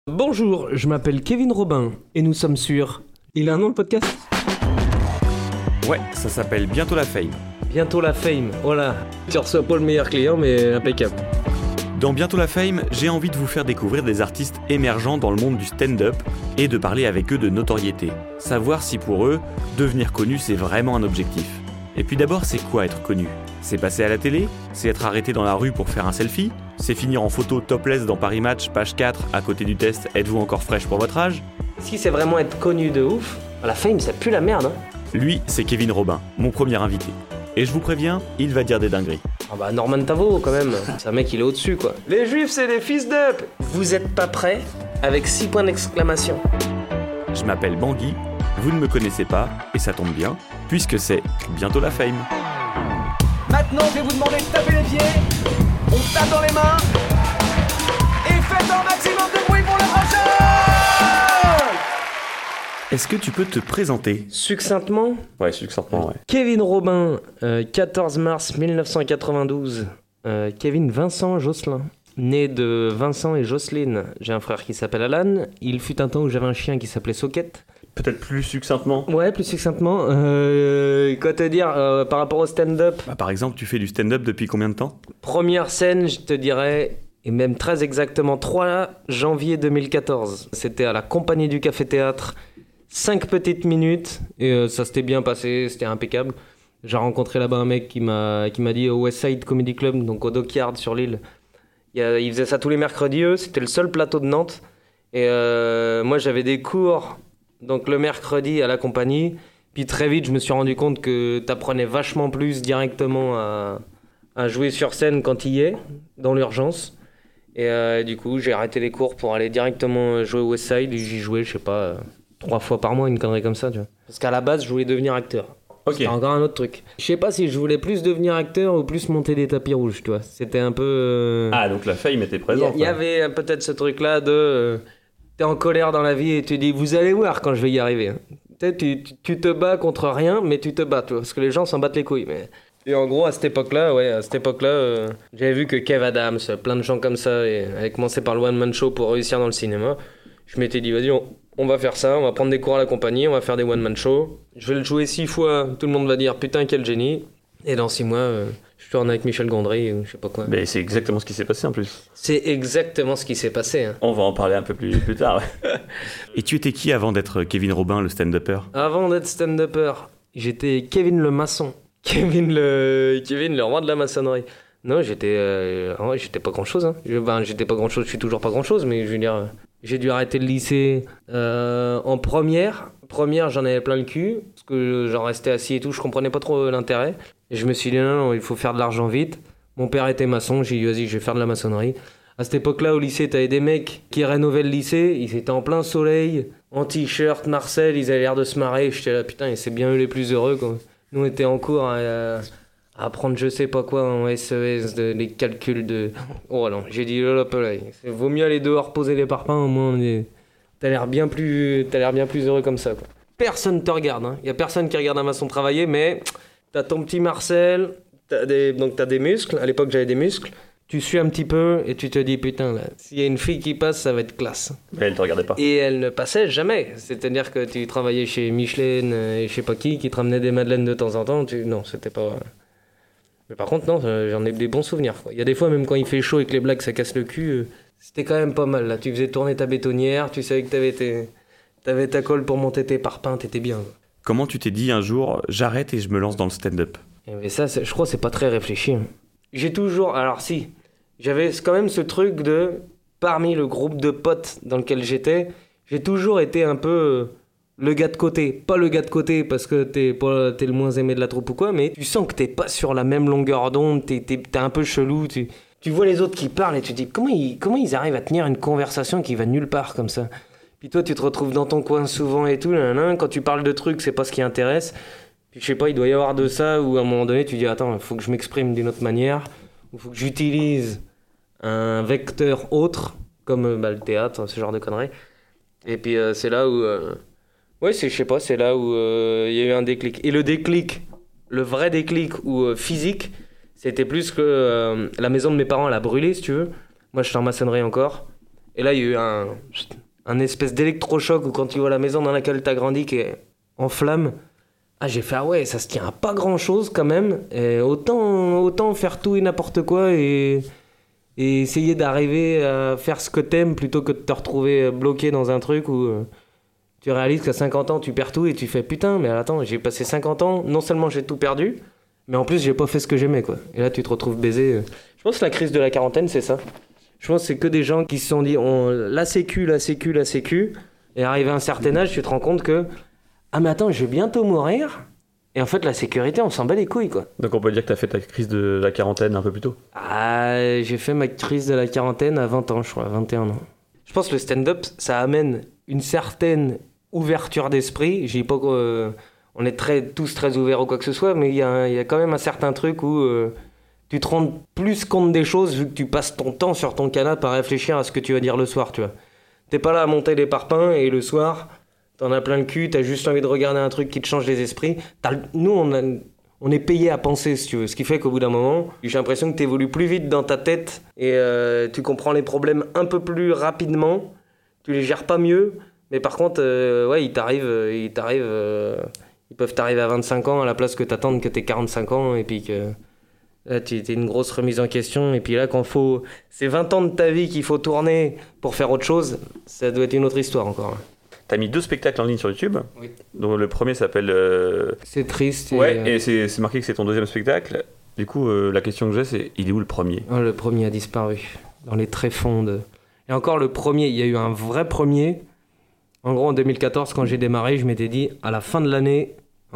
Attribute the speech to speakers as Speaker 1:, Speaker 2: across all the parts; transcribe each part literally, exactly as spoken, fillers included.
Speaker 1: Bonjour, je m'appelle Kevin Robin et nous sommes sur... Il a un nom le podcast ?
Speaker 2: Ouais, ça s'appelle Bientôt la Fame.
Speaker 1: Bientôt la Fame, voilà. Tu reçois pas le meilleur client mais impeccable.
Speaker 2: Dans Bientôt la Fame, j'ai envie de vous faire découvrir des artistes émergents dans le monde du stand-up et de parler avec eux de notoriété. Savoir si pour eux, devenir connu c'est vraiment un objectif. Et puis d'abord, c'est quoi être connu ? C'est passer à la télé ? C'est être arrêté dans la rue pour faire un selfie ? C'est finir en photo topless dans Paris Match, page quatre, à côté du test « Êtes-vous encore fraîche pour votre âge ?»
Speaker 1: Si c'est vraiment être connu de ouf, la Fame ça pue la merde. Hein.
Speaker 2: Lui, c'est Kevin Robin, mon premier invité. Et je vous préviens, il va dire des dingueries.
Speaker 1: Ah bah Norman Tavo quand même, c'est un mec il est au-dessus quoi. Les juifs c'est des fils d'up. Vous êtes pas prêts ? Avec six points d'exclamation.
Speaker 2: Je m'appelle Bangui, vous ne me connaissez pas, et ça tombe bien, puisque c'est Bientôt la Fame.
Speaker 3: Maintenant, je vais vous demander de taper les pieds, on tape dans les mains, et faites un maximum de bruit pour le prochain.
Speaker 2: Est-ce que tu peux te présenter ?
Speaker 1: Succinctement ?
Speaker 2: Ouais, succinctement, ouais.
Speaker 1: Kevin Robin, euh, quatorze mars mille neuf cent quatre-vingt-douze. Euh, Kevin Vincent Josselin. Né de Vincent et Jocelyne. J'ai un frère qui s'appelle Alan. Il fut un temps où j'avais un chien qui s'appelait Socket.
Speaker 2: Peut-être plus succinctement ?
Speaker 1: Ouais, plus succinctement. Euh, quoi te dire euh, par rapport au stand-up ?
Speaker 2: Bah, par exemple, tu fais du stand-up depuis combien de temps ?
Speaker 1: Première scène, je te dirais, et même très exactement, trois janvier deux mille quatorze. C'était à la Compagnie du Café Théâtre. Cinq petites minutes, et euh, ça s'était bien passé, c'était impeccable. J'ai rencontré là-bas un mec qui m'a, qui m'a dit au Westside Comedy Club, donc au Dockyard sur l'île. Il, a, il faisait ça tous les mercredis, eux, c'était le seul plateau de Nantes. Et euh, moi, j'avais des cours, donc le mercredi à la compagnie. Puis très vite, je me suis rendu compte que t'apprenais vachement plus directement à, à jouer sur scène quand il y est, dans l'urgence. Et euh, du coup, j'ai arrêté les cours pour aller directement jouer au Westside. Et j'y jouais, je sais pas... Euh, trois fois par mois, une connerie comme ça, tu vois. Parce qu'à la base, je voulais devenir acteur.
Speaker 2: Ok.
Speaker 1: C'était encore un autre truc. Je sais pas si je voulais plus devenir acteur ou plus monter des tapis rouges, tu vois. C'était un peu... Euh...
Speaker 2: Ah, donc la Fame était présente.
Speaker 1: Il y, y avait peut-être ce truc-là de... Euh, t'es en colère dans la vie et tu dis, vous allez voir quand je vais y arriver. Hein. Tu, tu, tu te bats contre rien, mais tu te bats, tu vois. Parce que les gens s'en battent les couilles, mais... Et en gros, à cette époque-là, ouais, à cette époque-là, euh, j'avais vu que Kev Adams, plein de gens comme ça, et avaient commencé par le one-man show pour réussir dans le cinéma. Je m'étais dit, vas-y, on... On va faire ça, on va prendre des cours à la compagnie, on va faire des one-man shows. Je vais le jouer six fois, tout le monde va dire putain quel génie. Et dans six mois, euh, je tourne avec Michel Gondry ou je sais pas quoi.
Speaker 2: Mais c'est exactement ce qui s'est passé en plus.
Speaker 1: C'est exactement ce qui s'est passé. Hein.
Speaker 2: On va en parler un peu plus, plus tard. Ouais. Et tu étais qui avant d'être Kevin Robin, le stand-upper ?
Speaker 1: Avant d'être stand-upper, j'étais Kevin le maçon. Kevin le, Kevin le roi de la maçonnerie. Non, j'étais, euh, ouais, j'étais pas grand-chose. Hein. Je, ben, j'étais pas grand-chose, je suis toujours pas grand-chose, mais je veux dire... J'ai dû arrêter le lycée euh, en première. Première, j'en avais plein le cul, parce que j'en restais assis et tout, je comprenais pas trop l'intérêt. Et je me suis dit, non, non, il faut faire de l'argent vite. Mon père était maçon, j'ai dit, vas-y, je vais faire de la maçonnerie. À cette époque-là, au lycée, t'avais des mecs qui rénovaient le lycée, ils étaient en plein soleil, en t-shirt, Marcel, ils avaient l'air de se marrer. J'étais là, putain, et c'est bien eux les plus heureux, quoi. Nous, on était en cours à... à apprendre je sais pas quoi en S E S, de, les calculs de... Oh non, j'ai dit là, là, là, il vaut mieux aller dehors poser les parpaings, au moins on est... t'as l'air bien plus, t'as l'air bien plus heureux comme ça, quoi. Personne te regarde, hein. Y a personne qui regarde un maçon travailler, mais t'as ton petit Marcel, t'as des... donc t'as des muscles, à l'époque j'avais des muscles, tu suis un petit peu et tu te dis putain là, s'il y a une fille qui passe, ça va être classe.
Speaker 2: Mais elle te regardait pas.
Speaker 1: Et elle ne passait jamais, c'est-à-dire que tu travaillais chez Michelin et je sais pas qui, qui te ramenait des madeleines de temps en temps, tu... non, c'était pas... Mais par contre, non, j'en ai des bons souvenirs. Il y a des fois, même quand il fait chaud et que les blagues, ça casse le cul, euh, c'était quand même pas mal. Là, tu faisais tourner ta bétonnière, tu savais que t'avais, tes... t'avais ta colle pour monter tes parpaings, t'étais bien.
Speaker 2: Comment tu t'es dit un jour, j'arrête et je me lance dans le stand-up ?
Speaker 1: Mais ça, c'est... je crois que c'est pas très réfléchi. Hein. J'ai toujours... Alors si, j'avais quand même ce truc de... Parmi le groupe de potes dans lequel j'étais, j'ai toujours été un peu... Euh... le gars de côté, pas le gars de côté parce que t'es, pas, t'es le moins aimé de la troupe ou quoi, mais tu sens que t'es pas sur la même longueur d'onde, t'es, t'es, t'es un peu chelou, tu, tu vois les autres qui parlent et tu te dis comment ils, comment ils arrivent à tenir une conversation qui va nulle part comme ça. Puis toi tu te retrouves dans ton coin souvent et tout, nan, nan, quand tu parles de trucs c'est pas ce qui intéresse, puis je sais pas, il doit y avoir de ça où à un moment donné tu dis attends, il faut que je m'exprime d'une autre manière, il faut que j'utilise un vecteur autre, comme bah, le théâtre, ce genre de conneries, et puis euh, c'est là où... Euh, Ouais, c'est, je sais pas, c'est là où il euh, y a eu un déclic. Et le déclic, le vrai déclic ou euh, physique, c'était plus que euh, la maison de mes parents, elle a brûlé, si tu veux. Moi, j'étais en maçonnerie encore. Et Et là, il y a eu un, un espèce d'électrochoc où quand tu vois la maison dans laquelle t'as grandi qui est en flammes, ah, j'ai fait, ah ouais, ça se tient à pas grand-chose quand même. Et autant, autant faire tout et n'importe quoi et, et essayer d'arriver à faire ce que t'aimes plutôt que de te retrouver bloqué dans un truc où euh, tu réalises qu'à cinquante ans, tu perds tout et tu fais, putain, mais attends, j'ai passé cinquante ans, non seulement j'ai tout perdu, mais en plus, j'ai pas fait ce que j'aimais, quoi. Et là, tu te retrouves baisé. euh. Je pense que la crise de la quarantaine, c'est ça. Je pense que c'est que des gens qui se sont dit, on, la sécu, la sécu, la sécu, et arrivé à un certain âge, tu te rends compte que ah mais attends, je vais bientôt mourir. Et en fait, la sécurité, on s'en bat les couilles, quoi.
Speaker 2: Donc on peut dire que t'as fait ta crise de la quarantaine un peu plus tôt.
Speaker 1: Ah, j'ai fait ma crise de la quarantaine à vingt ans, je crois, vingt et un ans. Je pense que le stand-up, ça amène une certaine ouverture d'esprit. Je dis pas qu'on euh, est très, tous très ouverts ou quoi que ce soit, mais il y a, y a quand même un certain truc où euh, tu te rends plus compte des choses vu que tu passes ton temps sur ton canapé à réfléchir à ce que tu vas dire le soir, tu vois. T'es pas là à monter les parpaings et le soir... T'en as plein le cul, t'as juste envie de regarder un truc qui te change les esprits. T'as, nous, on, a, on est payé à penser, si tu veux. Ce qui fait qu'au bout d'un moment, j'ai l'impression que t'évolues plus vite dans ta tête et euh, tu comprends les problèmes un peu plus rapidement. Tu les gères pas mieux, mais par contre, euh, ouais, ils t'arrivent, ils t'arrivent, euh, ils peuvent t'arriver à vingt-cinq ans à la place que t'attendes que t'aies quarante-cinq ans et puis que là, tu t'es une grosse remise en question. Et puis là, quand faut, c'est vingt ans de ta vie qu'il faut tourner pour faire autre chose, ça doit être une autre histoire encore.
Speaker 2: T'as mis deux spectacles en ligne sur YouTube.
Speaker 1: Oui.
Speaker 2: Donc le premier s'appelle... Euh...
Speaker 1: C'est triste. Et
Speaker 2: Ouais,
Speaker 1: euh...
Speaker 2: et c'est, c'est marqué que c'est ton deuxième spectacle. Du coup, euh, la question que j'ai, c'est il est où le premier ?
Speaker 1: Oh, le premier a disparu, dans les tréfonds de... Et encore le premier, il y a eu un vrai premier. En gros, en deux mille quatorze, quand j'ai démarré, je m'étais dit, à la fin de l'année,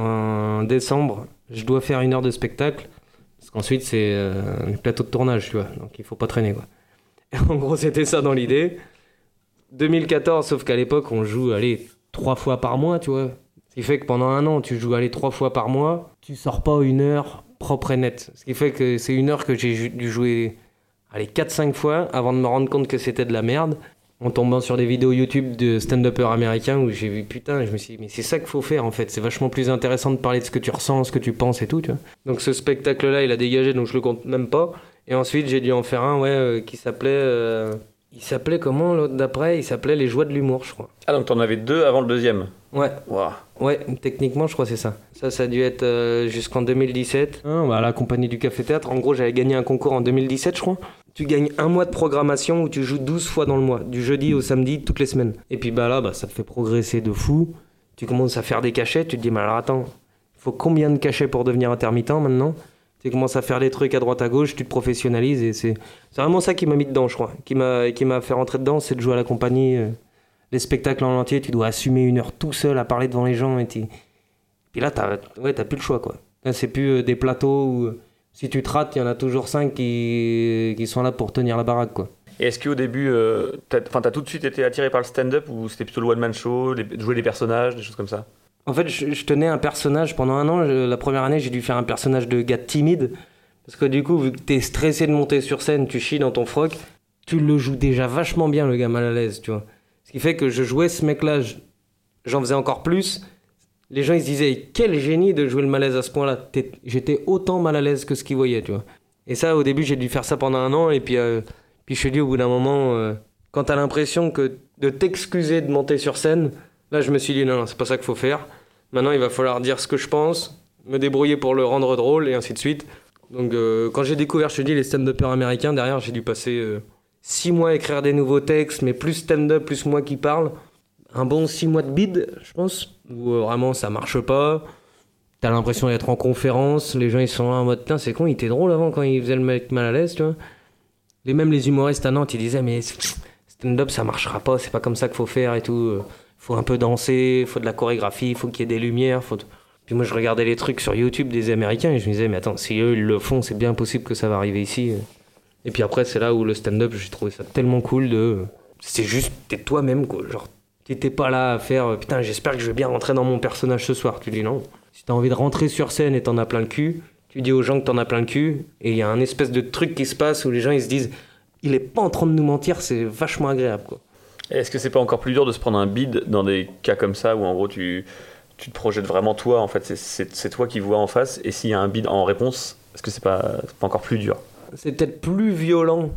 Speaker 1: en décembre, je dois faire une heure de spectacle. Parce qu'ensuite, c'est euh, un plateau de tournage, tu vois. Donc il faut pas traîner, quoi. Et en gros, c'était ça dans l'idée. deux mille quatorze, sauf qu'à l'époque, on joue, allez, trois fois par mois, tu vois. Ce qui fait que pendant un an, tu joues, allez, trois fois par mois, tu sors pas une heure propre et nette. Ce qui fait que c'est une heure que j'ai dû jouer, allez, quatre cinq fois avant de me rendre compte que c'était de la merde, en tombant sur des vidéos YouTube de stand-uppers américains où j'ai vu, putain, je me suis dit, mais c'est ça qu'il faut faire, en fait. C'est vachement plus intéressant de parler de ce que tu ressens, ce que tu penses et tout, tu vois. Donc ce spectacle-là, il a dégagé, donc je le compte même pas. Et ensuite, j'ai dû en faire un, ouais, euh, qui s'appelait... Euh... Il s'appelait comment l'autre d'après ? Il s'appelait Les Joies de l'humour, je crois.
Speaker 2: Ah, donc t'en avais deux avant le deuxième ?
Speaker 1: Ouais.
Speaker 2: Waouh.
Speaker 1: Ouais, techniquement, je crois que c'est ça. Ça, ça a dû être euh, jusqu'en deux mille dix-sept. Ah, bah, à la compagnie du Café Théâtre, en gros, j'avais gagné un concours en deux mille dix-sept, je crois. Tu gagnes un mois de programmation où tu joues douze fois dans le mois, du jeudi au samedi, toutes les semaines. Et puis bah là, bah, ça te fait progresser de fou. Tu commences à faire des cachets, tu te dis, mais alors attends, il faut combien de cachets pour devenir intermittent maintenant ? Tu commences à faire des trucs à droite à gauche, tu te professionnalises et c'est, c'est vraiment ça qui m'a mis dedans, je crois. Qui m'a, qui m'a fait rentrer dedans, c'est de jouer à la compagnie. Euh, les spectacles en entier, tu dois assumer une heure tout seul à parler devant les gens. Et puis là, t'as, ouais, t'as plus le choix, quoi. Là, c'est plus euh, des plateaux où euh, si tu te rates, il y en a toujours cinq qui, qui sont là pour tenir la baraque, quoi.
Speaker 2: Et est-ce qu'au début, euh, t'as, t'as tout de suite été attiré par le stand-up ou c'était plutôt le one-man show, les, jouer des personnages, des choses comme ça ?
Speaker 1: En fait, je, je tenais un personnage pendant un an. Je, la première année, j'ai dû faire un personnage de gars timide. Parce que du coup, vu que t'es stressé de monter sur scène, tu chies dans ton froc, tu le joues déjà vachement bien, le gars mal à l'aise, tu vois. Ce qui fait que je jouais ce mec-là, je, j'en faisais encore plus. Les gens, ils se disaient, quel génie de jouer le malaise à ce point-là. T'es, j'étais autant mal à l'aise que ce qu'ils voyaient, tu vois. Et ça, au début, j'ai dû faire ça pendant un an. Et puis, euh, puis je suis dit, au bout d'un moment, euh, quand t'as l'impression que de t'excuser de monter sur scène, là, je me suis dit, non, non, c'est pas ça qu'il faut faire. Maintenant, il va falloir dire ce que je pense, me débrouiller pour le rendre drôle, et ainsi de suite. Donc, euh, quand j'ai découvert, je te dis, les stand-uppers américains, derrière, j'ai dû passer euh, six mois à écrire des nouveaux textes, mais plus stand-up, plus moi qui parle. Un bon six mois de bide, je pense, où euh, vraiment, ça marche pas. T'as l'impression d'être en conférence, les gens, ils sont là en mode, putain, c'est con, il était drôle avant quand il faisait le mec mal à l'aise, tu vois. Et même les humoristes à Nantes, ils disaient, mais stand-up, ça marchera pas, c'est pas comme ça qu'il faut faire et tout. Faut un peu danser, faut de la chorégraphie, faut qu'il y ait des lumières. Faut... Puis moi, je regardais les trucs sur YouTube des Américains et je me disais, mais attends, si eux, ils le font, c'est bien possible que ça va arriver ici. Et puis après, c'est là où le stand-up, j'ai trouvé ça tellement cool de... C'est juste, t'es toi-même, quoi. Genre, t'étais pas là à faire, putain, j'espère que je vais bien rentrer dans mon personnage ce soir. Tu dis non. Si t'as envie de rentrer sur scène et t'en as plein le cul, tu dis aux gens que t'en as plein le cul et il y a un espèce de truc qui se passe où les gens, ils se disent, il est pas en train de nous mentir, c'est vachement agréable, quoi.
Speaker 2: Est-ce que c'est pas encore plus dur de se prendre un bide dans des cas comme ça où en gros tu, tu te projettes vraiment toi, en fait c'est, c'est, c'est toi qui vois en face et s'il y a un bide en réponse, est-ce que c'est pas, c'est pas encore plus dur ?
Speaker 1: C'est peut-être plus violent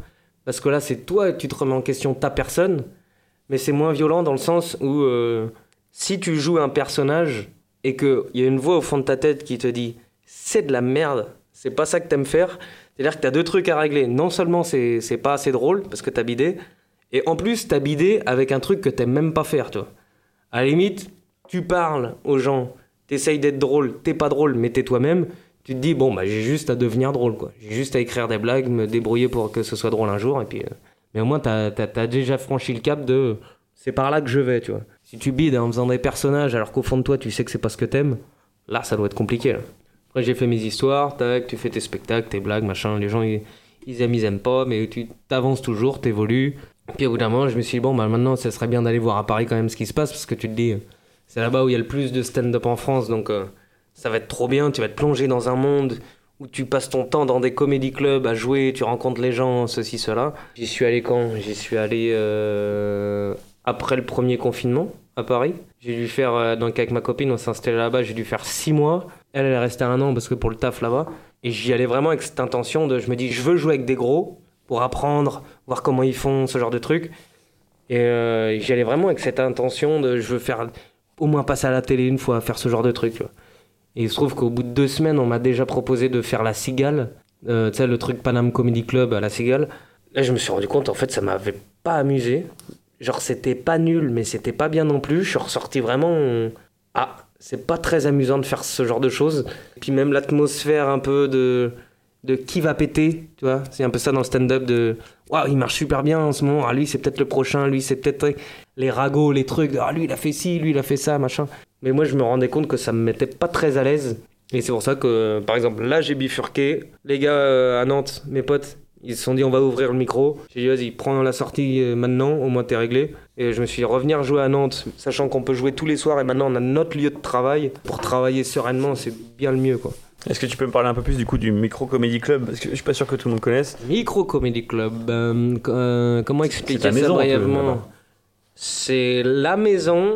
Speaker 1: Parce que là, c'est toi, tu te remets en question ta personne, mais c'est moins violent dans le sens où euh, si tu joues un personnage et qu'il y a une voix au fond de ta tête qui te dit « c'est de la merde, c'est pas ça que t'aimes faire », c'est-à-dire que t'as deux trucs à régler. Non seulement c'est, c'est pas assez drôle parce que t'as bidé, et en plus t'as bidé avec un truc que t'aimes même pas faire, toi. À la limite, tu parles aux gens, t'essayes d'être drôle, t'es pas drôle, mais t'es toi-même, tu te dis, bon, bah j'ai juste à devenir drôle, quoi. J'ai juste à écrire des blagues, me débrouiller pour que ce soit drôle un jour, et puis... Euh... Mais au moins, t'as, t'as, t'as déjà franchi le cap de... C'est par là que je vais, tu vois. Si tu bides en faisant des personnages alors qu'au fond de toi, tu sais que c'est pas ce que t'aimes, là, ça doit être compliqué, là. Après, j'ai fait mes histoires, tac, tu fais tes spectacles, tes blagues, machin, les gens, ils, ils aiment, ils aiment pas, mais tu t'avances toujours, t'évolues. Puis au bout d'un moment, je me suis dit, bon, bah maintenant, ça serait bien d'aller voir à Paris quand même ce qui se passe, parce que tu te dis, c'est là-bas où il y a le plus de stand-up en France, donc euh, ça va être trop bien, tu vas te plonger dans un monde où tu passes ton temps dans des comédie clubs à jouer, tu rencontres les gens, ceci, cela. J'y suis allé quand ? J'y suis allé euh, après le premier confinement à Paris. J'ai dû faire, euh, donc avec ma copine, on s'est installé là-bas, j'ai dû faire six mois. Elle, elle est restée un an parce que pour le taf là-bas. Et j'y allais vraiment avec cette intention de, je me dis, je veux jouer avec des gros pour apprendre, voir comment ils font, ce genre de trucs. Et euh, j'y allais vraiment avec cette intention de, je veux faire, au moins passer à la télé une fois, faire ce genre de trucs, tu vois. Et il se trouve qu'au bout de deux semaines, on m'a déjà proposé de faire la Cigale, euh, tu sais, le truc Paname Comedy Club à la Cigale. Là, je me suis rendu compte, en fait, ça m'avait pas amusé. Genre, c'était pas nul, mais c'était pas bien non plus. Je suis ressorti vraiment... euh, Ah, c'est pas très amusant de faire ce genre de choses. Et puis même l'atmosphère un peu de... de qui va péter, tu vois. C'est un peu ça dans le stand-up de... Waouh, il marche super bien en ce moment. Ah, lui, c'est peut-être le prochain. Lui, c'est peut-être les ragots, les trucs. Ah, lui, il a fait ci, lui, il a fait ça, machin. Mais moi, je me rendais compte que ça me mettait pas très à l'aise. Et c'est pour ça que, par exemple, là, j'ai bifurqué. Les gars euh, à Nantes, mes potes, ils se sont dit, on va ouvrir le micro. J'ai dit, vas-y, prends la sortie euh, maintenant, au moins t'es réglé. Et je me suis dit, revenir jouer à Nantes, sachant qu'on peut jouer tous les soirs. Et maintenant, on a notre lieu de travail. Pour travailler sereinement, c'est bien le mieux, quoi.
Speaker 2: Est-ce que tu peux me parler un peu plus du coup du Micro Comedy Club ? Parce que je suis pas sûr que tout le monde connaisse.
Speaker 1: Micro Comedy Club, euh, euh, comment expliquer
Speaker 2: c'est ta
Speaker 1: ça
Speaker 2: maison,
Speaker 1: brièvement ?
Speaker 2: un peu,
Speaker 1: C'est la maison.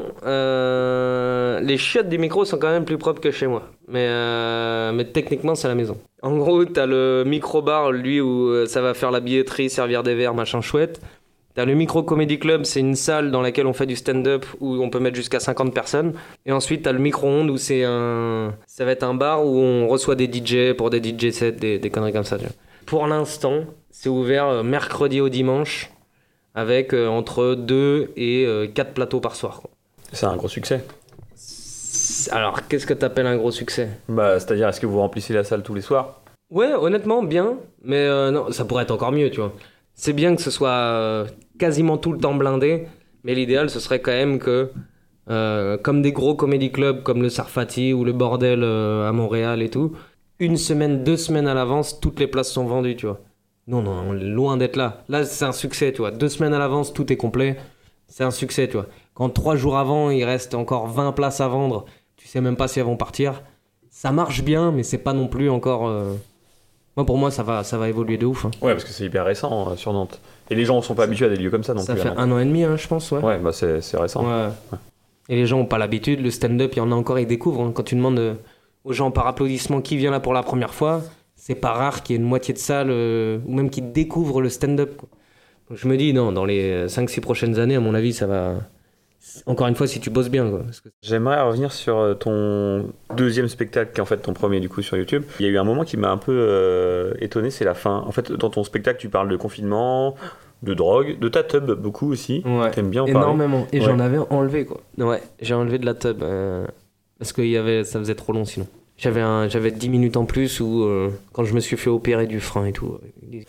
Speaker 1: Euh, les chiottes du micro sont quand même plus propres que chez moi. Mais, euh, mais techniquement, c'est la maison. En gros, t'as le micro-bar, lui, où ça va faire la billetterie, servir des verres, machin chouette. T'as le Micro Comedy Club, c'est une salle dans laquelle on fait du stand-up où on peut mettre jusqu'à cinquante personnes. Et ensuite, t'as le micro-ondes où c'est un... ça va être un bar où on reçoit des D J pour des D J sets, des, des conneries comme ça. Tu vois. Pour l'instant, c'est ouvert mercredi au dimanche avec euh, entre deux et euh, quatre plateaux par soir. Quoi.
Speaker 2: C'est un gros succès.
Speaker 1: Alors, qu'est-ce que t'appelles un gros succès ?
Speaker 2: Bah, c'est-à-dire, est-ce que vous remplissez la salle tous les soirs ?
Speaker 1: Ouais, honnêtement, bien. Mais euh, non, ça pourrait être encore mieux, tu vois. C'est bien que ce soit euh, quasiment tout le temps blindé, mais l'idéal, ce serait quand même que, euh, comme des gros comédie clubs comme le Sarfati ou le Bordel euh, à Montréal et tout, une semaine, deux semaines à l'avance, toutes les places sont vendues, tu vois. Non, non, on est loin d'être là. Là, c'est un succès, tu vois. Deux semaines à l'avance, tout est complet. C'est un succès, tu vois. Quand trois jours avant, il reste encore vingt places à vendre, tu sais même pas si elles vont partir. Ça marche bien, mais c'est pas non plus encore... Euh... Moi, pour moi, ça va, ça va évoluer de ouf. Hein.
Speaker 2: Ouais, parce que c'est hyper récent euh, sur Nantes. Et les gens ne sont pas habitués à des lieux comme ça non
Speaker 1: ça
Speaker 2: plus.
Speaker 1: Ça fait un an et demi, hein, je pense, ouais.
Speaker 2: Ouais, bah c'est, c'est récent.
Speaker 1: Ouais. Ouais. Et les gens n'ont pas l'habitude. Le stand-up, il y en a encore, ils découvrent. Hein. Quand tu demandes euh, aux gens par applaudissement qui vient là pour la première fois, c'est pas rare qu'il y ait une moitié de salle, euh, ou même qui découvrent le stand-up. Quoi. Donc je me dis, non, dans les cinq six prochaines années, à mon avis, ça va... Encore une fois, si tu bosses bien. Quoi, parce que...
Speaker 2: J'aimerais revenir sur ton deuxième spectacle, qui est en fait ton premier du coup sur YouTube. Il y a eu un moment qui m'a un peu euh, étonné, c'est la fin. En fait, dans ton spectacle, tu parles de confinement, de drogue, de ta tub beaucoup aussi.
Speaker 1: Ouais.
Speaker 2: T'aimes bien en
Speaker 1: énormément.
Speaker 2: parler.
Speaker 1: Et
Speaker 2: ouais.
Speaker 1: J'en avais enlevé quoi. Ouais, j'ai enlevé de la tub euh, parce que y avait, ça faisait trop long sinon. J'avais, un, j'avais dix minutes en plus où, euh, quand je me suis fait opérer du frein et tout.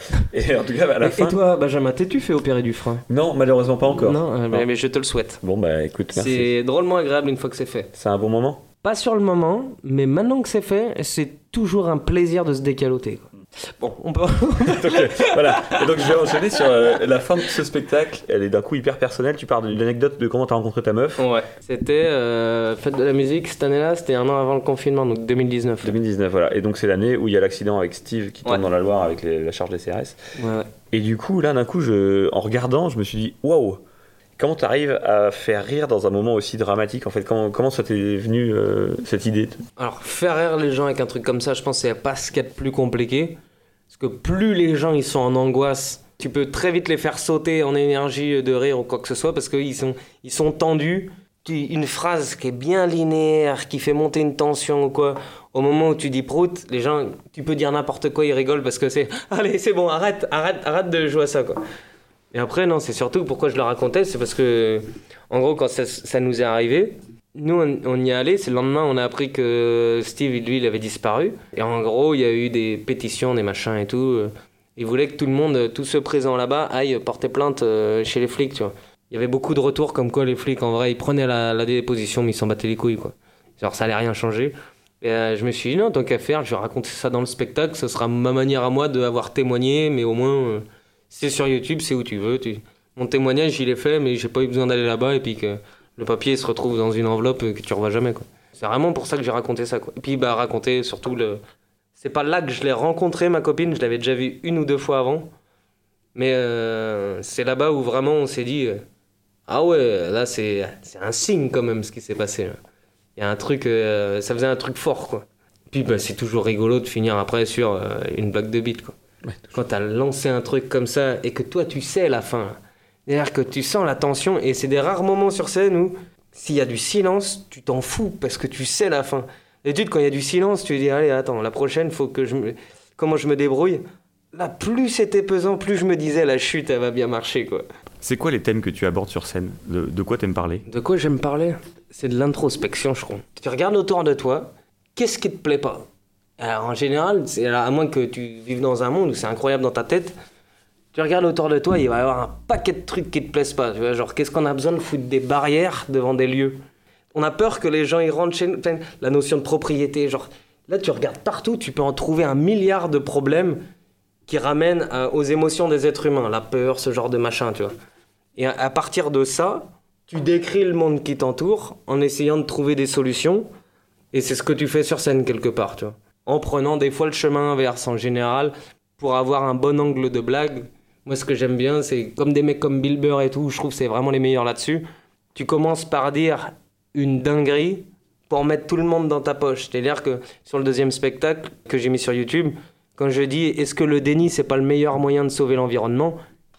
Speaker 2: Et en tout cas, à la
Speaker 1: et,
Speaker 2: fin...
Speaker 1: et toi, Benjamin, t'es-tu fait opérer du frein ?
Speaker 2: Non, malheureusement pas encore.
Speaker 1: Non, euh,
Speaker 2: non.
Speaker 1: Mais, mais je te le souhaite.
Speaker 2: Bon, bah écoute, merci.
Speaker 1: C'est drôlement agréable une fois que c'est fait.
Speaker 2: C'est un bon moment ?
Speaker 1: Pas sur le moment, mais maintenant que c'est fait, c'est toujours un plaisir de se décaloter. Quoi. Bon, on peut...
Speaker 2: donc, euh, voilà. Et donc je vais enchaîner sur euh, la fin de ce spectacle. Elle est d'un coup hyper personnelle. Tu parles de l'anecdote de comment t'as rencontré ta meuf.
Speaker 1: Ouais. C'était euh, Fête de la musique cette année-là, c'était un an avant le confinement, donc deux mille dix-neuf.
Speaker 2: deux mille dix-neuf, voilà. Et donc c'est l'année où il y a l'accident avec Steve qui tombe
Speaker 1: ouais.
Speaker 2: dans la Loire avec les, la charge des C R S.
Speaker 1: Ouais, ouais.
Speaker 2: Et du coup, là, d'un coup, je, en regardant, je me suis dit, waouh, comment t'arrives à faire rire dans un moment aussi dramatique ? En fait, comment, comment ça t'est venu euh, cette idée ?
Speaker 1: Alors, faire rire les gens avec un truc comme ça, je pense que c'est pas ce qu'il y a de plus compliqué. Parce que plus les gens ils sont en angoisse, tu peux très vite les faire sauter en énergie de rire ou quoi que ce soit parce qu'ils sont, ils sont tendus. Tu, une phrase qui est bien linéaire, qui fait monter une tension ou quoi, au moment où tu dis prout, les gens, tu peux dire n'importe quoi, ils rigolent parce que c'est « Allez, c'est bon, arrête, arrête, arrête de jouer à ça, quoi. » Et après, non, c'est surtout pourquoi je le racontais, c'est parce que, en gros, quand ça, ça nous est arrivé, nous, on, on y est allé, c'est le lendemain, on a appris que Steve, lui, il avait disparu. Et en gros, il y a eu des pétitions, des machins et tout. Ils voulaient que tout le monde, tous ceux présents là-bas, aillent porter plainte chez les flics, tu vois. Il y avait beaucoup de retours comme quoi les flics, en vrai, ils prenaient la, la déposition, mais ils s'en battaient les couilles, quoi. Genre, ça allait rien changer. Et euh, je me suis dit, non, tant qu'à faire, je vais raconter ça dans le spectacle, ce sera ma manière à moi d'avoir témoigné, mais au moins... Euh, c'est sur YouTube, c'est où tu veux. Tu... Mon témoignage, il est fait, mais j'ai pas eu besoin d'aller là-bas et puis que le papier se retrouve dans une enveloppe que tu revois jamais, quoi. C'est vraiment pour ça que j'ai raconté ça, quoi. Et puis, bah, raconter surtout le... C'est pas là que je l'ai rencontré, ma copine, je l'avais déjà vue une ou deux fois avant. Mais euh, c'est là-bas où vraiment on s'est dit... Euh, ah ouais, là, c'est, c'est un signe quand même, ce qui s'est passé. Il y a un truc... Euh, ça faisait un truc fort, quoi. Puis, bah, c'est toujours rigolo de finir après sur euh, une blague de bite, quoi. Ouais, quand t'as lancé un truc comme ça et que toi tu sais la fin, c'est-à-dire que tu sens la tension et c'est des rares moments sur scène où s'il y a du silence, tu t'en fous parce que tu sais la fin. D'habitude quand il y a du silence, tu dis allez attends, la prochaine faut que je me... comment je me débrouille. Là plus c'était pesant, plus je me disais la chute elle va bien marcher, quoi.
Speaker 2: C'est quoi les thèmes que tu abordes sur scène ? De, de quoi t'aimes parler ?
Speaker 1: De quoi j'aime parler ? C'est de l'introspection, je crois. Tu regardes autour de toi, qu'est-ce qui te plaît pas ? Alors, en général, c'est, à moins que tu vives dans un monde où c'est incroyable dans ta tête, tu regardes autour de toi, il va y avoir un paquet de trucs qui te plaisent pas. Tu vois, genre, qu'est-ce qu'on a besoin de foutre des barrières devant des lieux ? On a peur que les gens ils rentrent chez nous. La notion de propriété, genre, là, tu regardes partout, tu peux en trouver un milliard de problèmes qui ramènent à, aux émotions des êtres humains, la peur, ce genre de machin, tu vois. Et à, à partir de ça, tu décris le monde qui t'entoure en essayant de trouver des solutions, et c'est ce que tu fais sur scène quelque part, tu vois. En prenant des fois le chemin inverse en général pour avoir un bon angle de blague. Moi ce que j'aime bien c'est comme des mecs comme Bill Burr et tout, je trouve que c'est vraiment les meilleurs là-dessus. Tu commences par dire une dinguerie pour mettre tout le monde dans ta poche. C'est-à-dire que sur le deuxième spectacle que j'ai mis sur YouTube, quand je dis est-ce que le déni c'est pas le meilleur moyen de sauver l'environnement ?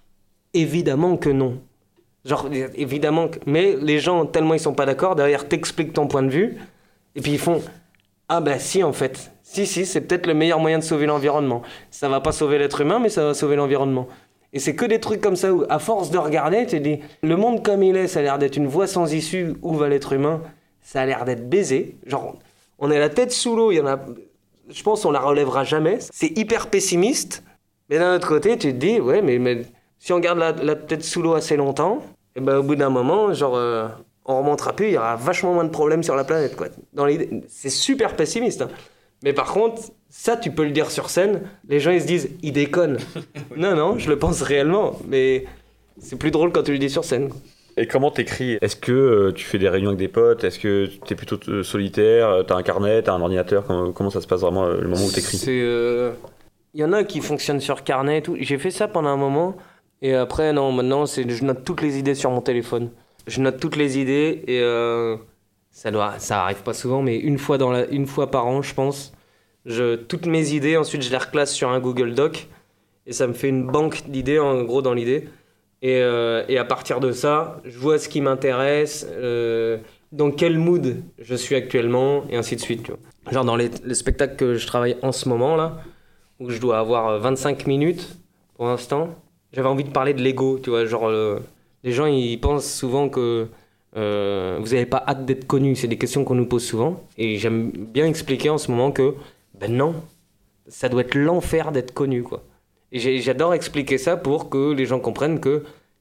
Speaker 1: Évidemment que non. Genre évidemment que... Mais les gens tellement ils sont pas d'accord, derrière t'expliques ton point de vue et puis ils font ah bah si en fait. Si, si, c'est peut-être le meilleur moyen de sauver l'environnement. Ça va pas sauver l'être humain, mais ça va sauver l'environnement. Et c'est que des trucs comme ça où, à force de regarder, tu te dis, le monde comme il est, ça a l'air d'être une voie sans issue. Où va l'être humain ? Ça a l'air d'être baisé. Genre, on est la tête sous l'eau, il y en a... Je pense qu'on la relèvera jamais. C'est hyper pessimiste. Mais d'un autre côté, tu te dis, ouais, mais, mais si on garde la, la tête sous l'eau assez longtemps, et ben, au bout d'un moment, genre... Euh, on remontera plus, il y aura vachement moins de problèmes sur la planète, quoi. Dans l'idée, c'est super pessimiste, hein. Mais par contre, ça, tu peux le dire sur scène, les gens, ils se disent, ils déconnent. Non, non, je le pense réellement, mais c'est plus drôle quand tu le dis sur scène.
Speaker 2: Et comment t'écris ? Est-ce que euh, tu fais des réunions avec des potes ? Est-ce que t'es plutôt euh, solitaire ? T'as un carnet ? T'as un ordinateur ? Comment, comment ça se passe vraiment euh, le moment où t'écris ?
Speaker 1: C'est... Euh... Il y en a qui fonctionnent sur carnet et tout. J'ai fait ça pendant un moment, et après, non, maintenant, c'est... je note toutes les idées sur mon téléphone. Je note toutes les idées, et... Euh... Ça, doit, ça arrive pas souvent, mais une fois, dans la, une fois par an, je pense. Je, toutes mes idées, ensuite je les reclasse sur un Google Doc. Et ça me fait une banque d'idées, en gros, dans l'idée. Et, euh, et à partir de ça, je vois ce qui m'intéresse, euh, dans quel mood je suis actuellement, et ainsi de suite. Tu vois. Genre dans les, les spectacles que je travaille en ce moment, là, où je dois avoir vingt-cinq minutes, pour l'instant, j'avais envie de parler de l'ego, tu vois. Genre, euh, les gens, ils pensent souvent que... Euh, vous n'avez pas hâte d'être connu, c'est des questions qu'on nous pose souvent et j'aime bien expliquer en ce moment que ben non, ça doit être l'enfer d'être connu, quoi. Et j'ai, j'adore expliquer ça pour que les gens comprennent que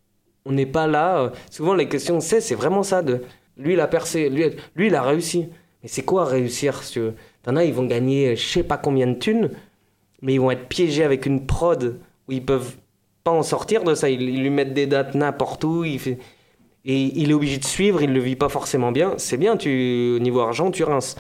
Speaker 1: on n'est pas là, euh, souvent les questions c'est, c'est vraiment ça de lui il a percé, lui, lui il a réussi, mais c'est quoi réussir si tu veux ? T'en as, ils vont gagner je sais pas combien de thunes, mais ils vont être piégés avec une prod où ils peuvent pas en sortir de ça, ils, ils lui mettent des dates n'importe où, il fait... Et il est obligé de suivre, il ne le vit pas forcément bien. C'est bien, tu, au niveau argent, tu rinces.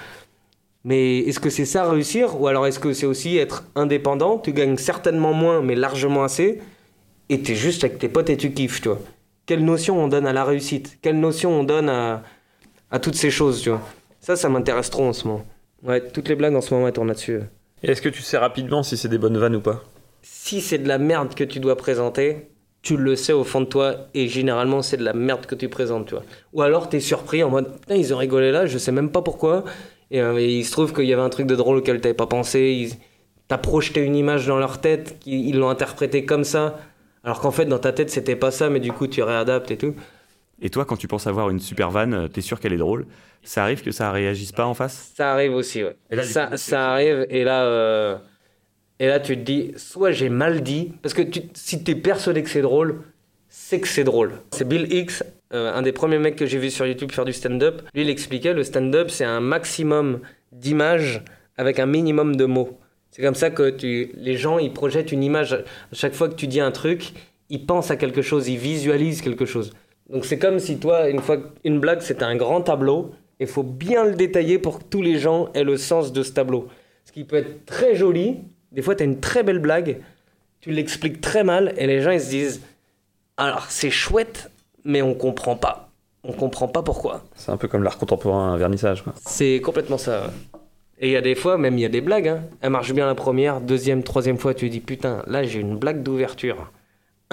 Speaker 1: Mais est-ce que c'est ça réussir ? Ou alors est-ce que c'est aussi être indépendant ? Tu gagnes certainement moins, mais largement assez. Et tu es juste avec tes potes et tu kiffes, tu vois. Quelle notion on donne à la réussite ? Quelle notion on donne à, à toutes ces choses, tu vois ? Ça, ça m'intéresse trop en ce moment. Ouais, toutes les blagues en ce moment, elles tournent là-dessus.
Speaker 2: Et est-ce que tu sais rapidement si c'est des bonnes vannes ou pas ?
Speaker 1: si c'est de la merde que tu dois présenter, tu le sais au fond de toi, et généralement, c'est de la merde que tu présentes, tu vois. Ou alors, t'es surpris en mode, putain, ils ont rigolé là, je sais même pas pourquoi, et, euh, et il se trouve qu'il y avait un truc de drôle auquel t'avais pas pensé, ils... t'as projeté une image dans leur tête, ils l'ont interprété comme ça, alors qu'en fait, dans ta tête, c'était pas ça, mais du coup, tu réadaptes et tout.
Speaker 2: Et toi, quand tu penses avoir une super vanne, t'es sûr qu'elle est drôle, ça arrive que ça réagisse pas en face ?
Speaker 1: Ça arrive aussi, ouais.
Speaker 2: Et là,
Speaker 1: ça,
Speaker 2: coup,
Speaker 1: ça arrive, et là... Euh... Et là, tu te dis, soit j'ai mal dit, parce que tu, si tu es persuadé que c'est drôle, c'est que c'est drôle. C'est Bill Hicks, euh, un des premiers mecs que j'ai vu sur YouTube faire du stand-up. Lui, il expliquait, le stand-up, c'est un maximum d'images avec un minimum de mots. C'est comme ça que tu, les gens, ils projettent une image. À chaque fois que tu dis un truc, ils pensent à quelque chose, ils visualisent quelque chose. Donc c'est comme si toi, une fois une blague, c'était un grand tableau, et il faut bien le détailler pour que tous les gens aient le sens de ce tableau. Ce qui peut être très joli. Des fois, tu as une très belle blague, tu l'expliques très mal, et les gens, ils se disent « Alors, c'est chouette, mais on comprend pas. On comprend pas pourquoi. »
Speaker 4: C'est un peu comme l'art contemporain, un vernissage, quoi.
Speaker 1: C'est complètement ça. Ouais. Et il y a des fois, même il y a des blagues, hein. Elle marche bien la première, deuxième, troisième fois, tu te dis « Putain, là, j'ai une blague d'ouverture incroyable. »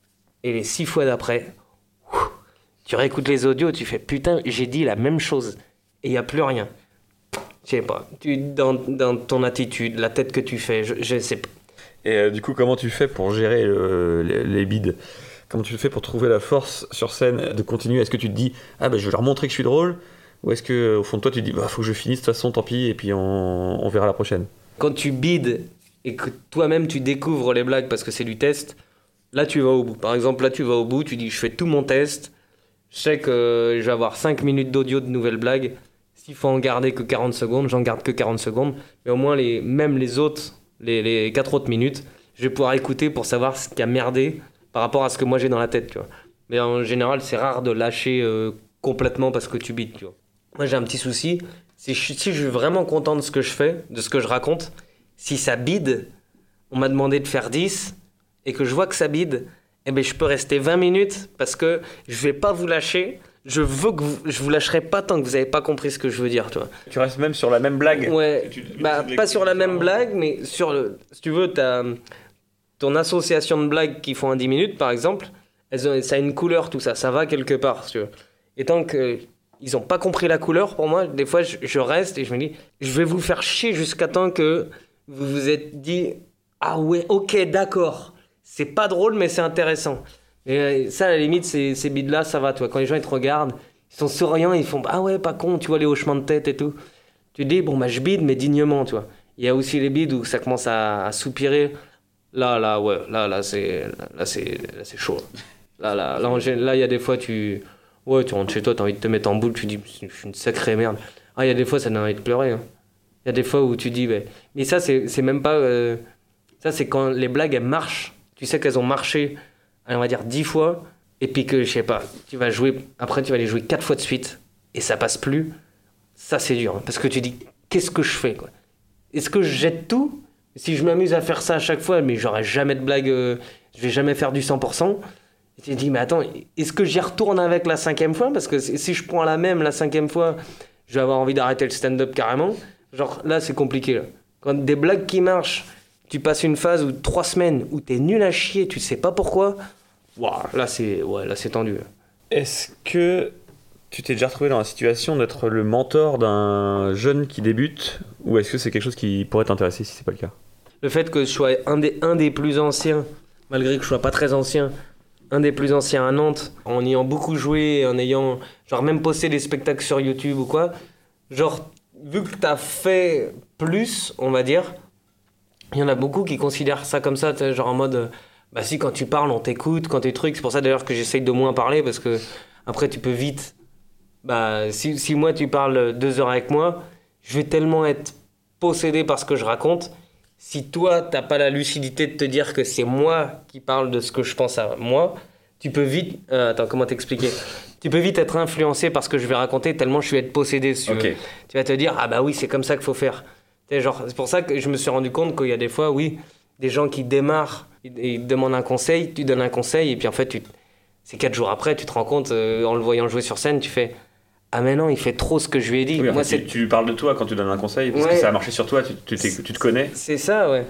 Speaker 1: Et les six fois d'après, ouf, tu réécoutes les audios, tu fais « Putain, j'ai dit la même chose. » Et il n'y a plus rien. Je sais pas, tu, dans, dans ton attitude, la tête que tu fais, je, je sais pas.
Speaker 4: Et euh, du coup, comment tu fais pour gérer le, les, les bides ? Comment tu fais pour trouver la force sur scène de continuer ? Est-ce que tu te dis « Ah ben je vais leur montrer que je suis drôle » ou est-ce qu'au fond de toi tu te dis bah, « Faut que je finisse de toute façon, tant pis, et puis on, on verra la prochaine » ?
Speaker 1: Quand tu bides et que toi-même tu découvres les blagues parce que c'est du test, là tu vas au bout. Par exemple, là tu vas au bout, tu dis « Je fais tout mon test, je sais que je vais avoir cinq minutes d'audio de nouvelles blagues. » S'il faut en garder que quarante secondes, j'en garde que quarante secondes. Mais au moins, les, même les autres, les, les quatre autres minutes, je vais pouvoir écouter pour savoir ce qui a merdé par rapport à ce que moi j'ai dans la tête, tu vois. Mais en général, c'est rare de lâcher euh, complètement parce que tu bides, tu vois. Moi, j'ai un petit souci. Si je, si je suis vraiment content de ce que je fais, de ce que je raconte, si ça bide, on m'a demandé de faire dix et que je vois que ça bide, eh ben, je peux rester vingt minutes parce que je vais pas vous lâcher. Je veux que vous, je vous lâcherai pas tant que vous avez pas compris ce que je veux dire, tu vois.
Speaker 4: Tu restes même sur la même blague ?
Speaker 1: Ouais,
Speaker 4: tu, tu,
Speaker 1: bah
Speaker 4: tu
Speaker 1: pas sur la même blague, mais sur le, si tu veux, t'as ton association de blagues qui font un dix minutes, par exemple, elles ont, ça a une couleur, tout ça, ça va quelque part, si tu veux. Et tant que ils ont pas compris la couleur, pour moi, des fois, je, je reste et je me dis, je vais vous faire chier jusqu'à temps que vous vous êtes dit, ah ouais, ok, d'accord, c'est pas drôle, mais c'est intéressant. Et ça, à la limite, ces, ces bides-là, ça va, toi. Quand les gens ils te regardent, ils sont souriants, ils font ah ouais, pas con, tu vois les hochements de tête et tout. Tu te dis bon bah je bide mais dignement, tu vois. Il y a aussi les bides où ça commence à, à soupirer. Là, là, ouais, là, là, c'est, là, c'est, là, c'est chaud. Là, là, là, là, là, il y a des fois, tu, ouais, tu rentres chez toi, t'as envie de te mettre en boule, tu dis je suis une sacrée merde. Ah, il y a des fois, ça donne envie de pleurer. Hein. Il y a des fois où tu dis mais, mais ça, c'est, c'est même pas, euh... ça, c'est quand les blagues elles marchent. Tu sais qu'elles ont marché. On va dire dix fois, et puis que, je sais pas, tu vas jouer, après tu vas les jouer quatre fois de suite, et ça passe plus, ça c'est dur, hein, parce que tu dis, qu'est-ce que je fais, quoi ? Est-ce que je jette tout ? Si je m'amuse à faire ça à chaque fois, mais j'aurai jamais de blague, euh, je vais jamais faire du cent pour cent, et tu te dis, mais attends, est-ce que j'y retourne avec la cinquième fois ? Parce que si je prends la même la cinquième fois, je vais avoir envie d'arrêter le stand-up carrément. Genre, là, c'est compliqué, là. Quand des blagues qui marchent, tu passes une phase ou trois semaines où t'es nul à chier, tu sais pas pourquoi. Wow, là, c'est, ouais, là, c'est tendu.
Speaker 4: Est-ce que tu t'es déjà retrouvé dans la situation d'être le mentor d'un jeune qui débute, ou est-ce que c'est quelque chose qui pourrait t'intéresser si c'est pas le cas ?
Speaker 1: Le fait que je sois un des, un des plus anciens, malgré que je sois pas très ancien, un des plus anciens à Nantes, en ayant beaucoup joué, en ayant genre même posté des spectacles sur YouTube ou quoi, genre, vu que t'as fait plus, on va dire, il y en a beaucoup qui considèrent ça comme ça, genre en mode... Bah si, quand tu parles, on t'écoute, quand t'es truc, c'est pour ça d'ailleurs que j'essaye de moins parler, parce que après tu peux vite... Bah si, si moi tu parles deux heures avec moi, je vais tellement être possédé par ce que je raconte, si toi t'as pas la lucidité de te dire que c'est moi qui parle de ce que je pense à moi, tu peux vite... Euh, attends, comment t'expliquer ? Tu peux vite être influencé par ce que je vais raconter, tellement je vais être possédé, si tu
Speaker 4: okay.
Speaker 1: veux. Tu vas te dire, ah bah oui, c'est comme ça qu'il faut faire. T'sais, genre, c'est pour ça que je me suis rendu compte qu'il y a des fois, oui, des gens qui démarrent, ils te demandent un conseil, tu donnes un conseil, et puis en fait, tu, c'est quatre jours après, tu te rends compte, euh, en le voyant jouer sur scène, tu fais « Ah mais non, il fait trop ce que je lui ai dit. »
Speaker 4: Oui,
Speaker 1: Moi,
Speaker 4: fait, tu, tu parles de toi quand tu donnes un conseil, parce ouais, que ça a marché sur toi, tu, tu, tu te connais.
Speaker 1: C'est ça, ouais.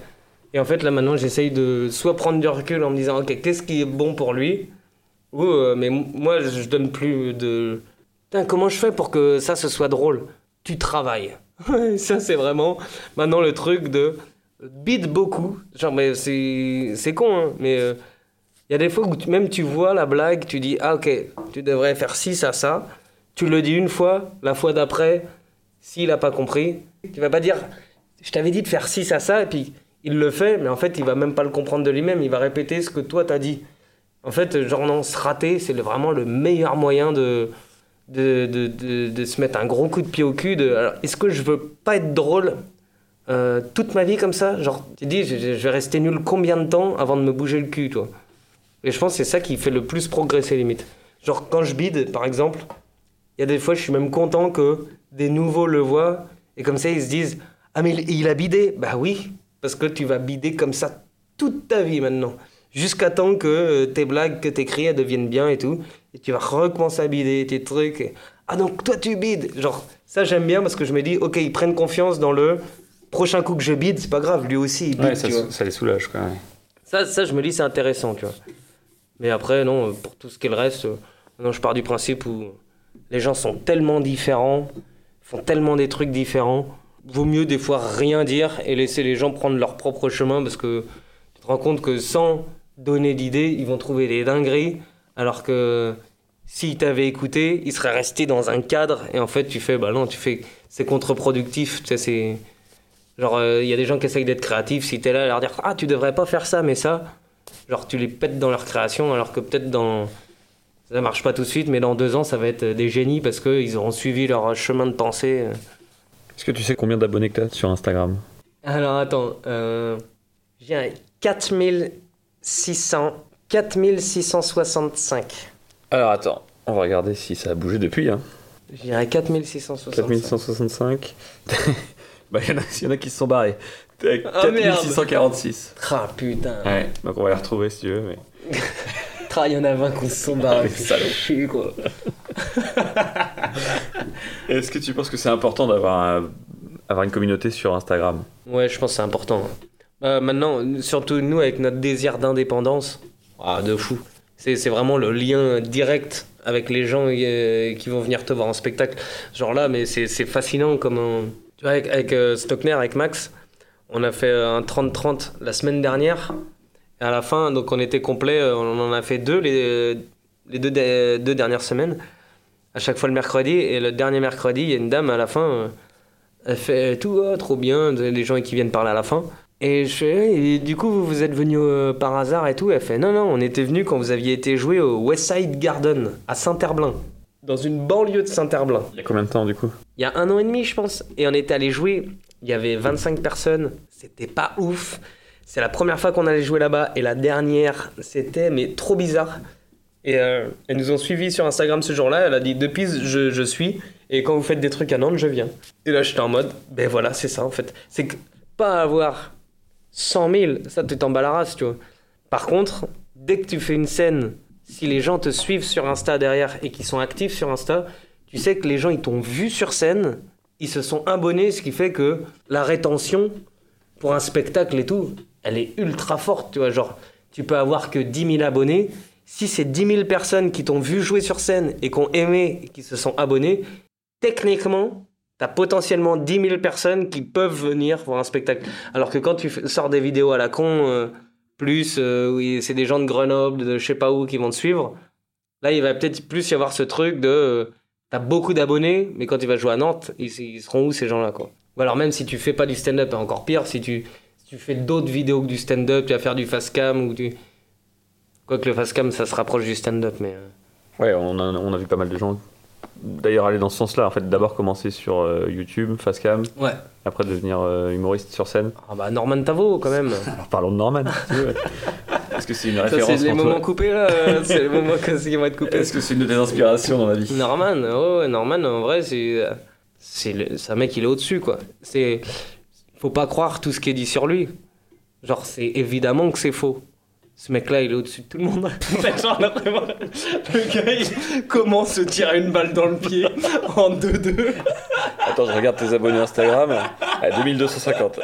Speaker 1: Et en fait, là, maintenant, j'essaye de soit prendre du recul en me disant, ok, qu'est-ce qui est bon pour lui? Ou, euh, mais m- moi, je je donne plus de... Putain, comment je fais pour que ça, ce soit drôle? Tu travailles. Ça, c'est vraiment maintenant le truc de bide beaucoup. Genre, mais c'est, c'est con, hein, mais il y a des fois où tu- même tu vois la blague, tu dis, ah ok, tu devrais faire ci, ça, ça. Tu le dis une fois, la fois d'après, s'il a pas compris, tu vas pas dire, je t'avais dit de faire ci, ça, ça, et puis il le fait, mais en fait, il va même pas le comprendre de lui-même, il va répéter ce que toi t'as dit. En fait, genre, non, se rater, c'est le- vraiment le meilleur moyen de, de, de, de, de se mettre un gros coup de pied au cul. De, alors, est-ce que je veux pas être drôle euh, toute ma vie comme ça? Genre, tu dis, je, je vais rester nul combien de temps avant de me bouger le cul, toi? Et je pense que c'est ça qui fait le plus progresser, limite. Genre, quand je bide, par exemple, il y a des fois, je suis même content que des nouveaux le voient, et comme ça, ils se disent, ah, mais il, il a bidé. Bah oui, parce que tu vas bider comme ça toute ta vie maintenant. Jusqu'à temps que euh, tes blagues que t'écris, elles deviennent bien et tout. Et tu vas recommencer à bider tes trucs. Et, ah donc toi tu bides. Genre, ça j'aime bien parce que je me dis, ok, ils prennent confiance dans le prochain coup que je bide, c'est pas grave, lui aussi il bide,
Speaker 4: Ouais, ça,
Speaker 1: tu vois.
Speaker 4: ça les soulage, quoi. Ouais.
Speaker 1: Ça, ça, je me dis, c'est intéressant, tu vois. Mais après, non, pour tout ce qui est le reste, euh, non, je pars du principe où les gens sont tellement différents, font tellement des trucs différents. Vaut mieux des fois rien dire et laisser les gens prendre leur propre chemin parce que tu te rends compte que sans donner d'idées, ils vont trouver des dingueries, alors que s'ils t'avaient écouté, ils seraient restés dans un cadre et en fait, tu fais, bah non, tu fais, c'est contre-productif, tu sais, c'est. Genre, il euh, y a des gens qui essayent d'être créatifs, si t'es là à leur dire, ah, tu devrais pas faire ça, mais ça. Genre, tu les pètes dans leur création, alors que peut-être dans. Ça marche pas tout de suite, mais dans deux ans, ça va être des génies parce qu'ils auront suivi leur chemin de pensée.
Speaker 4: Est-ce que tu sais combien d'abonnés que t'as sur Instagram?
Speaker 1: Alors, attends. Euh, j'ai quatre mille six cents, quatre mille six cent soixante-cinq.
Speaker 4: Alors attends, on va regarder si ça a bougé depuis. Hein.
Speaker 1: Je dirais quatre mille six cent soixante-cinq.
Speaker 4: quatre mille cent soixante-cinq. Bah, il y, en a- il y en a qui se sont barrés. T'es à
Speaker 1: Ah,
Speaker 4: quatre mille
Speaker 1: merde.
Speaker 4: six cent quarante-six.
Speaker 1: Ah putain.
Speaker 4: Ouais, donc on va les retrouver si tu veux. Mais...
Speaker 1: Tra, il y en a vingt qui se sont barrés.
Speaker 4: Les salauds.
Speaker 1: Chier, quoi.
Speaker 4: Est-ce que tu penses que c'est important d'avoir un- avoir une communauté sur Instagram?
Speaker 1: Ouais, je pense que c'est important. Euh, maintenant, surtout nous, avec notre désir d'indépendance, ah, de fou. C'est, c'est vraiment le lien direct avec les gens euh, qui vont venir te voir en spectacle. Genre là, mais c'est, c'est fascinant comme un... Tu vois, avec, avec euh, Stockner, avec Max, on a fait un trente trente la semaine dernière. Et à la fin, donc on était complet, euh, on en a fait deux les, les deux, de- deux dernières semaines. À chaque fois le mercredi. Et le dernier mercredi, il y a une dame à la fin... euh, Elle fait tout, oh, trop bien, les gens qui viennent parler à la fin. Et je fais, et du coup, vous, vous êtes venu euh, par hasard et tout. Elle fait, non, non, on était venu quand vous aviez été joué au Westside Garden, à Saint-Herblain, dans une banlieue de Saint-Herblain.
Speaker 4: Il y a combien de temps du coup?
Speaker 1: Il y a un an et demi, je pense. Et on était allé jouer, il y avait vingt-cinq personnes, c'était pas ouf. C'est la première fois qu'on allait jouer là-bas, et la dernière, c'était, mais trop bizarre. Et euh, elles nous ont suivis sur Instagram ce jour-là, elle a dit, depuis, je, je suis... Et quand vous faites des trucs à Nantes, je viens. Et là, j'étais en mode, ben voilà, c'est ça en fait. C'est que pas avoir cent mille, ça tu t'en bats la race, tu vois. Par contre, dès que tu fais une scène, si les gens te suivent sur Insta derrière et qu'ils sont actifs sur Insta, tu sais que les gens, ils t'ont vu sur scène, ils se sont abonnés, ce qui fait que la rétention pour un spectacle et tout, elle est ultra forte, tu vois. Genre, tu peux avoir que dix mille abonnés. Si c'est dix mille personnes qui t'ont vu jouer sur scène et qui ont aimé et qui se sont abonnés, techniquement, t'as potentiellement dix mille personnes qui peuvent venir voir un spectacle. Alors que quand tu f- sors des vidéos à la con, euh, plus, euh, oui, c'est des gens de Grenoble, de je sais pas où, qui vont te suivre, là, il va peut-être plus y avoir ce truc de... euh, t'as beaucoup d'abonnés, mais quand tu vas jouer à Nantes, ils, ils seront où ces gens-là, quoi? Ou alors même si tu fais pas du stand-up, encore pire, si tu, si tu fais d'autres vidéos que du stand-up, tu vas faire du fast cam ou du... Quoique le fast cam, ça se rapproche du stand-up, mais... euh,
Speaker 4: Ouais, on a, on a vu pas mal de gens d'ailleurs aller dans ce sens-là. En fait, d'abord commencer sur euh, YouTube, Facecam,
Speaker 1: Ouais.
Speaker 4: après devenir euh, humoriste sur scène.
Speaker 1: Ah bah Norman Tavo, quand même.
Speaker 4: Alors parlons de Norman, si tu veux. Est-ce que c'est une
Speaker 1: Ça,
Speaker 4: référence
Speaker 1: c'est les
Speaker 4: pour
Speaker 1: moments
Speaker 4: toi?
Speaker 1: coupés, là. euh, C'est les moments que- qui vont être coupés.
Speaker 4: Est-ce que c'est une de tes inspirations dans la vie?
Speaker 1: Norman, oh, ouais, Norman, en vrai, c'est... C'est, le- c'est un mec, il est au-dessus, quoi. C'est... Faut pas croire tout ce qui est dit sur lui. Genre, c'est évidemment que c'est faux. Ce mec-là, il est au-dessus de tout le monde. Genre, là, vraiment, le gars, il commence à se tirer une balle dans le pied en deux deux.
Speaker 4: Attends, je regarde tes abonnés Instagram. À deux mille deux cent cinquante.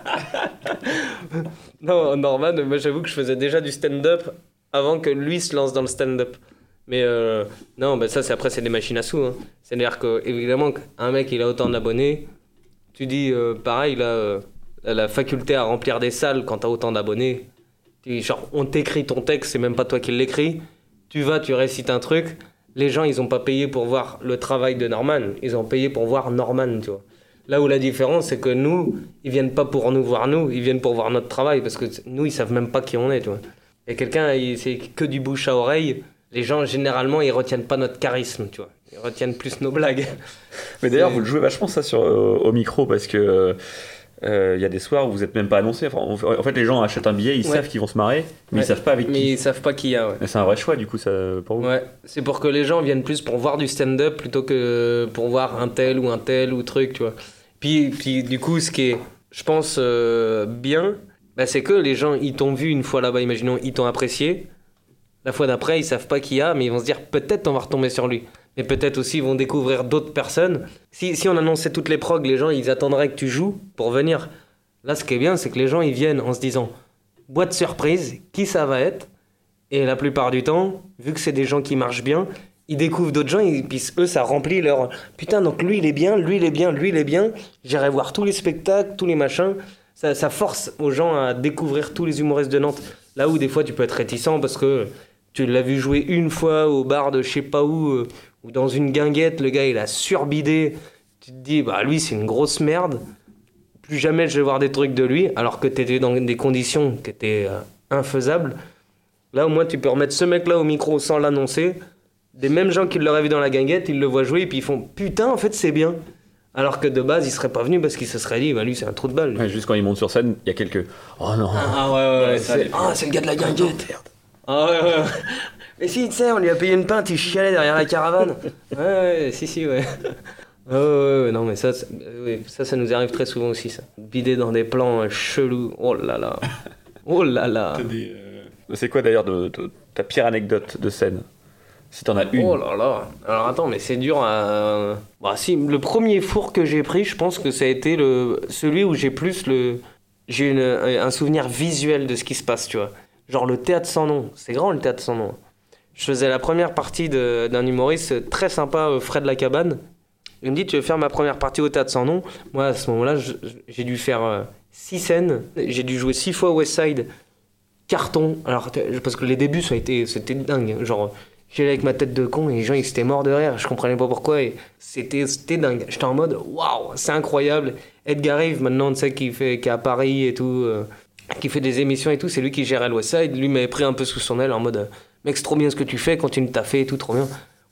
Speaker 1: Non, Norman, moi j'avoue que je faisais déjà du stand-up avant que lui se lance dans le stand-up. Mais euh, non, bah ça c'est après c'est des machines à sous. Hein. C'est-à-dire que évidemment qu'un mec il a autant d'abonnés, tu dis euh, pareil là, euh, la faculté à remplir des salles quand t'as autant d'abonnés. Tu, genre on t'écrit ton texte, c'est même pas toi qui l'écris. Tu vas, tu récites un truc. Les gens ils ont pas payé pour voir le travail de Norman, ils ont payé pour voir Norman, tu vois. Là où la différence, c'est que nous, ils viennent pas pour nous voir nous, ils viennent pour voir notre travail, parce que nous, ils savent même pas qui on est, tu vois. Et quelqu'un, il, c'est que du bouche à oreille, les gens, généralement, ils retiennent pas notre charisme, tu vois. Ils retiennent plus nos blagues.
Speaker 4: Mais d'ailleurs, vous le jouez vachement ça sur, euh, au micro, parce que il euh, y a des soirs où vous êtes même pas annoncé. Enfin, en fait, les gens achètent un billet, ils ouais. savent qu'ils vont se marrer, mais ouais. ils savent pas avec
Speaker 1: mais
Speaker 4: qui.
Speaker 1: Mais ils savent pas qui y a, ouais.
Speaker 4: Mais c'est un vrai choix, du coup, ça, pour vous.
Speaker 1: Ouais, c'est pour que les gens viennent plus pour voir du stand-up plutôt que pour voir un tel ou un tel ou truc, tu vois. Puis, puis du coup, ce qui est, je pense, euh, bien, bah, c'est que les gens, ils t'ont vu une fois là-bas, imaginons, ils t'ont apprécié. La fois d'après, ils savent pas qui y a, mais ils vont se dire, peut-être on va retomber sur lui. Mais peut-être aussi, ils vont découvrir d'autres personnes. Si, si on annonçait toutes les progs, les gens, ils attendraient que tu joues pour venir. Là, ce qui est bien, c'est que les gens, ils viennent en se disant, boîte surprise, qui ça va être ? Et la plupart du temps, vu que c'est des gens qui marchent bien, ils découvrent d'autres gens, et puis eux, ça remplit leur... Putain, donc lui, il est bien, lui, il est bien, lui, il est bien. J'irai voir tous les spectacles, tous les machins. Ça, ça force aux gens à découvrir tous les humoristes de Nantes. Là où, des fois, tu peux être réticent parce que tu l'as vu jouer une fois au bar de je sais pas où, euh, ou dans une guinguette, le gars, il a surbidé. Tu te dis, bah lui, c'est une grosse merde. Plus jamais je vais voir des trucs de lui, alors que t'étais dans des conditions qui étaient euh, infaisables. Là, au moins, tu peux remettre ce mec-là au micro sans l'annoncer. Des mêmes gens qui l'auraient vu dans la guinguette, ils le voient jouer et puis ils font « Putain, en fait, c'est bien !» Alors que de base, ils seraient pas venus parce qu'ils se seraient dit bah, « Lui, c'est un trou de balle. »
Speaker 4: Ouais, juste quand il monte sur scène, il y a quelques « Oh non !»
Speaker 1: Ah ouais, ouais, ouais. C'est... Ah, c'est le gars de la guinguette. Ah ouais, ouais. Mais si, tu sais, on lui a payé une pinte, il chialait derrière la caravane. Ouais, ouais, si, si, ouais. Oh, ouais, ouais, non, mais ça, ça, ouais, ça, ça nous arrive très souvent aussi, ça. Bider dans des plans euh, chelous. Oh là là. Oh là là.
Speaker 4: Des, euh... C'est quoi d'ailleurs de, de, ta pire anecdote de scène ? Si t'en as une.
Speaker 1: Oh là là. Alors attends, mais c'est dur à... Bah si, le premier four que j'ai pris, je pense que ça a été le... celui où j'ai plus le... J'ai une, un souvenir visuel de ce qui se passe, tu vois. Genre le théâtre sans nom. C'est grand, le théâtre sans nom. Je faisais la première partie de, d'un humoriste très sympa, Fred Lacabane. Il me dit, tu veux faire ma première partie au théâtre sans nom ? Moi, à ce moment-là, je, j'ai dû faire euh, six scènes. J'ai dû jouer six fois West Side. Carton. Alors, parce que les débuts, ça a été, c'était dingue. Genre... J'allais avec ma tête de con et les gens ils étaient morts de rire, je comprenais pas pourquoi et c'était, c'était dingue. J'étais en mode waouh, c'est incroyable. Edgar Rive maintenant, tu sais, qui, fait, qui est à Paris et tout, euh, qui fait des émissions et tout, c'est lui qui gérait le West Side. Lui m'avait pris un peu sous son aile en mode mec, c'est trop bien ce que tu fais, continue de taffer et tout, trop bien.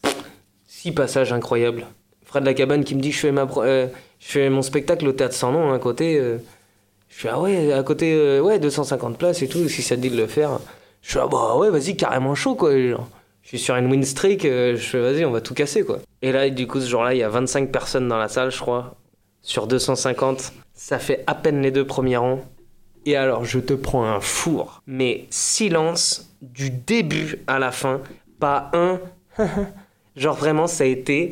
Speaker 1: Six passages incroyables. Fred Lacabane qui me dit je fais, ma pro- euh, je fais mon spectacle au théâtre sans nom à un côté. Euh, je fais ah ouais, à côté, euh, ouais, deux cent cinquante places et tout, si ça te dit de le faire. Je fais ah bah ouais, vas-y, carrément chaud quoi. Genre. Je suis sur une win streak, euh, je fais vas-y, on va tout casser quoi. Et là, du coup, ce jour-là, il y a vingt-cinq personnes dans la salle, je crois. Sur deux cent cinquante, ça fait à peine les deux premiers rangs. Et alors, je te prends un four. Mais silence du début à la fin. Pas un... Genre vraiment, ça a été...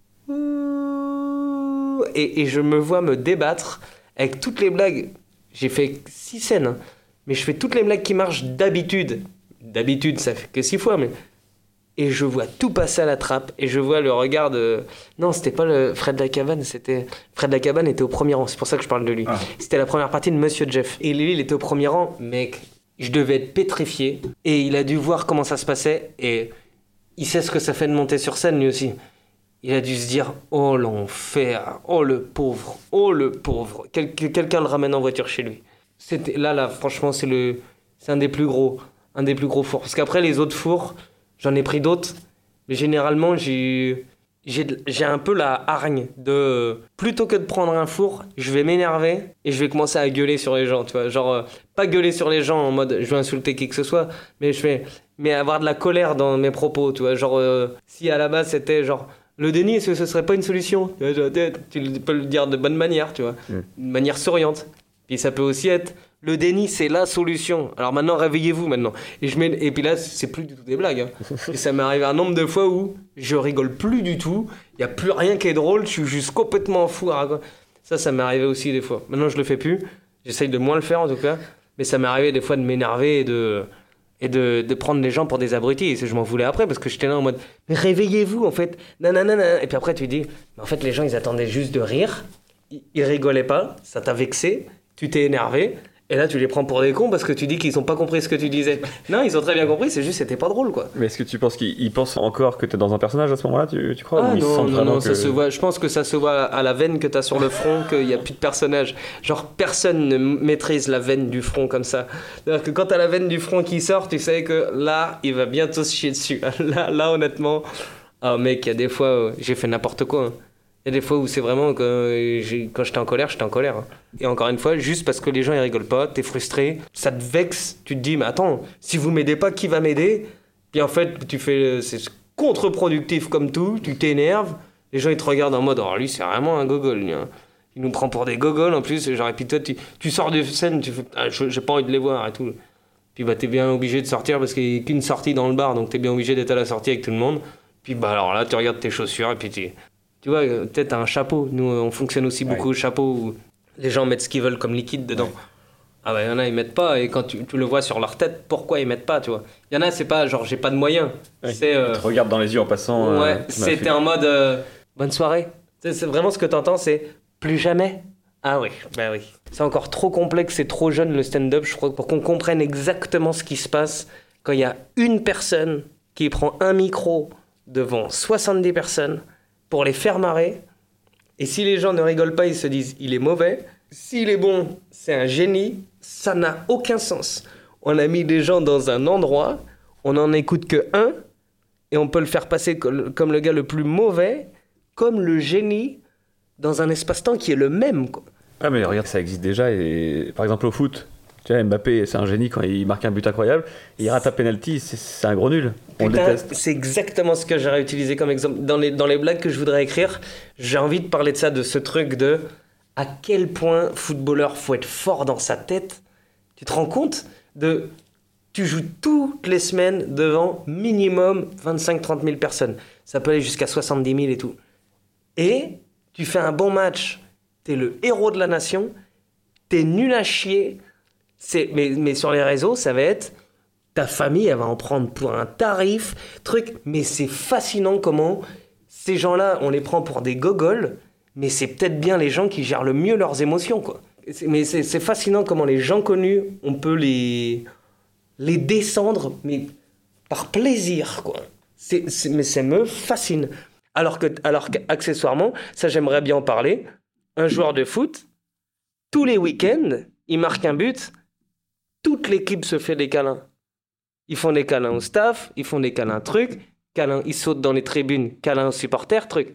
Speaker 1: Et, et je me vois me débattre avec toutes les blagues. J'ai fait six scènes, hein, mais je fais toutes les blagues qui marchent d'habitude. D'habitude, ça fait que six fois, mais... Et je vois tout passer à la trappe, et je vois le regard de... Non, c'était pas le Fred Lacabane, c'était... Fred Lacabane était au premier rang, c'est pour ça que je parle de lui. Ah. C'était la première partie de Monsieur Jeff. Et lui, il était au premier rang, mec, je devais être pétrifié. Et il a dû voir comment ça se passait, et il sait ce que ça fait de monter sur scène, lui aussi. Il a dû se dire, oh l'enfer, oh le pauvre, oh le pauvre. Quel- que quelqu'un le ramène en voiture chez lui. C'était... Là, là, franchement, c'est le... C'est un des plus gros, un des plus gros fours. Parce qu'après, les autres fours... J'en ai pris d'autres, mais généralement, j'ai, j'ai, j'ai un peu la hargne de... Plutôt que de prendre un four, je vais m'énerver et je vais commencer à gueuler sur les gens, tu vois. Genre, euh, pas gueuler sur les gens en mode je vais insulter qui que ce soit, mais je vais... Mais avoir de la colère dans mes propos, tu vois. Genre, euh, si à la base, c'était genre... Le déni, est-ce que ce serait pas une solution ? Tu peux le dire de bonne manière, tu vois. Mm. Une manière souriante. Puis ça peut aussi être... Le déni, c'est la solution. Alors maintenant, réveillez-vous maintenant. Et, je mets... et puis là, c'est plus du tout des blagues. Hein. Et ça m'est arrivé un nombre de fois où je rigole plus du tout. Il n'y a plus rien qui est drôle. Je suis juste complètement fou. À... Ça, ça m'est arrivé aussi des fois. Maintenant, je le fais plus. J'essaye de moins le faire en tout cas. Mais ça m'est arrivé des fois de m'énerver et de, et de, de prendre les gens pour des abrutis. Et je m'en voulais après parce que j'étais là en mode « Mais réveillez-vous en fait !» Nanana. Et puis après, tu dis « Mais en fait, les gens, ils attendaient juste de rire. Ils, ils rigolaient pas. Ça t'a vexé. Tu t'es énervé. » Et là, tu les prends pour des cons parce que tu dis qu'ils n'ont pas compris ce que tu disais. Non, ils ont très bien compris, c'est juste c'était pas drôle, quoi.
Speaker 4: Mais est-ce que tu penses qu'ils pensent encore que t'es dans un personnage à ce moment-là, tu, tu crois?
Speaker 1: Ah
Speaker 4: ou ils
Speaker 1: non,
Speaker 4: sentent
Speaker 1: non, non,
Speaker 4: que...
Speaker 1: ça se voit. Je pense que ça se voit à la veine que t'as sur le front, qu'il n'y a plus de personnage. Genre, personne ne maîtrise la veine du front comme ça. C'est-à-dire que quand t'as la veine du front qui sort, tu sais que là, il va bientôt se chier dessus. Là, là honnêtement, ah mec, il y a des fois, euh, j'ai fait n'importe quoi. Hein. Il y a des fois où c'est vraiment que j'ai, quand j'étais en colère, j'étais en colère. Et encore une fois, juste parce que les gens ils rigolent pas, t'es frustré, ça te vexe, tu te dis mais attends, si vous m'aidez pas, qui va m'aider? Puis en fait, tu fais, c'est contre-productif comme tout, tu t'énerves, les gens ils te regardent en mode oh lui c'est vraiment un gogol, lui, hein. Il nous prend pour des gogols en plus, genre et puis toi tu, tu sors de scène, tu fais ah, j'ai pas envie de les voir et tout. Puis bah t'es bien obligé de sortir parce qu'il n'y a qu'une sortie dans le bar, donc t'es bien obligé d'être à la sortie avec tout le monde. Puis bah alors là tu regardes tes chaussures et puis tu Tu vois, peut-être un chapeau. Nous, on fonctionne aussi beaucoup ouais. au chapeau où les gens mettent ce qu'ils veulent comme liquide dedans. Ouais. Ah bah, il y en a, ils mettent pas. Et quand tu, tu le vois sur leur tête, pourquoi ils mettent pas, tu vois. Il y en a, c'est pas genre, j'ai pas de moyens.
Speaker 4: Ouais.
Speaker 1: C'est, euh...
Speaker 4: Ils te regardent dans les yeux en passant.
Speaker 1: Ouais,
Speaker 4: euh,
Speaker 1: c'était en mode euh, bonne soirée. C'est, c'est vraiment ce que t'entends, c'est plus jamais. Ah oui, bah oui. C'est encore trop complexe, c'est trop jeune le stand-up, je crois, pour qu'on comprenne exactement ce qui se passe quand il y a une personne qui prend un micro devant soixante-dix personnes pour les faire marrer. Et si les gens ne rigolent pas, ils se disent il est mauvais. S'il est bon, c'est un génie. Ça n'a aucun sens. On a mis des gens dans un endroit, on n'en écoute que un, et on peut le faire passer comme le gars le plus mauvais, comme le génie, dans un espace-temps qui est le même, quoi.
Speaker 4: Ah mais regarde, ça existe déjà. Et par exemple au foot, tu vois, Mbappé, c'est un génie quand il marque un but incroyable. Il rate un penalty, c'est, c'est un gros nul. On
Speaker 1: Putain,
Speaker 4: le déteste.
Speaker 1: C'est exactement ce que j'aurais utilisé comme exemple. Dans les, dans les blagues que je voudrais écrire, j'ai envie de parler de ça, de ce truc de à quel point footballeur faut être fort dans sa tête. Tu te rends compte de... Tu joues toutes les semaines devant minimum vingt-cinq à trente mille personnes. Ça peut aller jusqu'à soixante-dix mille et tout. Et tu fais un bon match. T'es le héros de la nation. T'es nul à chier. C'est, mais, mais sur les réseaux, ça va être... Ta famille, elle va en prendre pour un tarif, truc. Mais c'est fascinant comment ces gens-là, on les prend pour des gogols, mais c'est peut-être bien les gens qui gèrent le mieux leurs émotions, quoi. C'est, mais c'est, c'est fascinant comment les gens connus, on peut les, les descendre, mais par plaisir, quoi. C'est, c'est, mais ça me fascine. Alors, que, alors qu'accessoirement, ça j'aimerais bien en parler, un joueur de foot, tous les week-ends, il marque un but, toute l'équipe se fait des câlins. Ils font des câlins au staff, ils font des câlins trucs, câlins, ils sautent dans les tribunes, câlins aux supporters, trucs.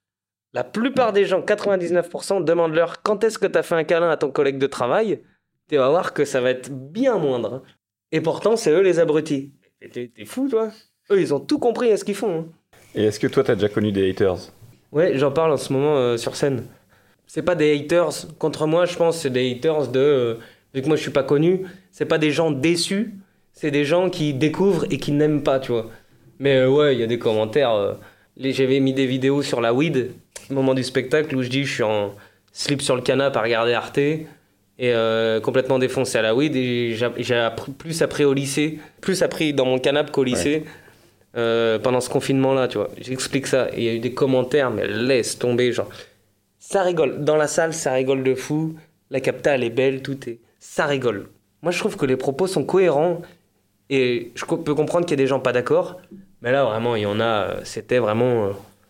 Speaker 1: La plupart des gens, quatre-vingt-dix-neuf pour cent, demandent-leur quand est-ce que tu as fait un câlin à ton collègue de travail. Tu vas voir que ça va être bien moindre. Et pourtant, c'est eux les abrutis. T'es, t'es fou, toi? Eux, ils ont tout compris à ce qu'ils font. Hein.
Speaker 4: Et est-ce que toi, t'as déjà connu des haters?
Speaker 1: Ouais, j'en parle en ce moment euh, sur scène. C'est pas des haters contre moi, je pense, c'est des haters de... Euh, vu que moi, je suis pas connu, c'est pas des gens déçus. C'est des gens qui découvrent et qui n'aiment pas, tu vois. Mais euh, ouais, il y a des commentaires. Euh, les, j'avais mis des vidéos sur la weed, au moment du spectacle, où je dis je suis en slip sur le canapé à regarder Arte, et euh, complètement défoncé à la weed, et j'ai, j'ai appris, plus appris au lycée, plus appris dans mon canapé qu'au lycée, ouais. euh, pendant ce confinement-là, tu vois. J'explique ça, et il y a eu des commentaires, mais laisse tomber, genre... Ça rigole. Dans la salle, ça rigole de fou. La capta, elle est belle, tout est... Ça rigole. Moi, je trouve que les propos sont cohérents. Et je peux comprendre qu'il y a des gens pas d'accord, mais là vraiment il y en a, c'était vraiment euh,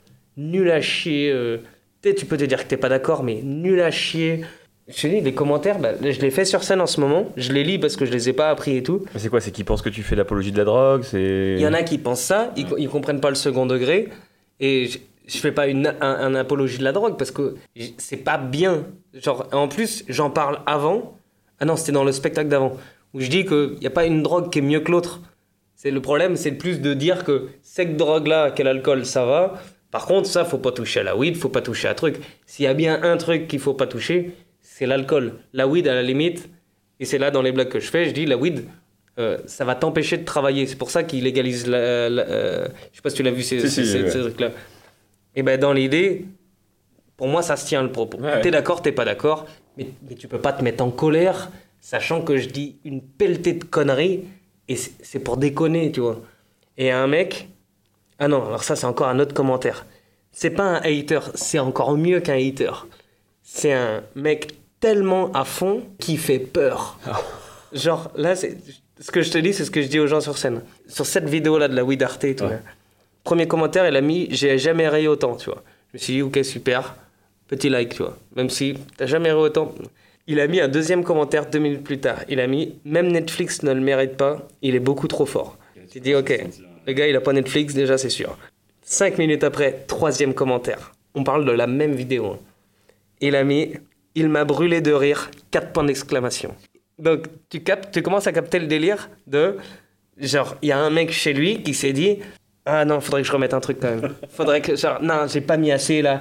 Speaker 1: nul à chier. Euh, tu peux te dire que t'es pas d'accord, mais nul à chier. Je te dis, les commentaires, bah, je les fais sur scène en ce moment, je les lis parce que je les ai pas appris et tout.
Speaker 4: Mais c'est quoi? C'est qu'ils pensent que tu fais l'apologie de la drogue? C'est...
Speaker 1: Il y en a qui pensent ça, ils, ils comprennent pas le second degré, et je, je fais pas une un, un apologie de la drogue parce que c'est pas bien. Genre, en plus, j'en parle avant. Ah non, c'était dans le spectacle d'avant. Où je dis qu'il n'y a pas une drogue qui est mieux que l'autre. C'est le problème, c'est plus de dire que cette drogue-là, quel alcool, ça va. Par contre, ça, faut pas toucher à la weed, faut pas toucher à un truc. S'il y a bien un truc qu'il faut pas toucher, c'est l'alcool. La weed, à la limite, Et c'est là, dans les blagues que je fais, je dis, la weed, euh, ça va t'empêcher de travailler. C'est pour ça qu'ils légalisent la... la euh, je sais pas si tu l'as vu, ces,
Speaker 4: Si,
Speaker 1: ces,
Speaker 4: si,
Speaker 1: ces,
Speaker 4: ouais.
Speaker 1: ces trucs-là. Et ben dans l'idée, pour moi, ça se tient le propos.
Speaker 4: Ouais,
Speaker 1: T'es
Speaker 4: ouais.
Speaker 1: d'accord, t'es pas d'accord, mais, mais tu peux pas te mettre en colère, sachant que je dis une pelletée de conneries, et c'est, c'est pour déconner, tu vois. Et un mec... Ah non, alors ça, c'est encore un autre commentaire. C'est pas un hater, c'est encore mieux qu'un hater. C'est un mec tellement à fond qui fait peur. Genre, là, c'est... ce que je te dis, c'est ce que je dis aux gens sur scène. Sur cette vidéo-là de la Weed Arte et tout,
Speaker 4: Ouais.
Speaker 1: là. Premier commentaire, il a mis « J'ai jamais ri autant », tu vois. Je me suis dit « Ok, super. » Petit like, tu vois. Même si t'as jamais ri autant. Il a mis un deuxième commentaire deux minutes plus tard. Il a mis « Même Netflix ne le mérite pas, il est beaucoup trop fort. » J'ai dit « Ok, le gars, il a pas Netflix, déjà, c'est sûr. » Cinq minutes après, troisième commentaire. On parle de la même vidéo. hein. Il a mis « Il m'a brûlé de rire, quatre points d'exclamation. » Donc, tu, captes, tu commences à capter le délire de... Genre, il y a un mec chez lui qui s'est dit... Ah non, faudrait que je remette un truc quand même. Faudrait que... Genre, non, j'ai pas mis assez, là.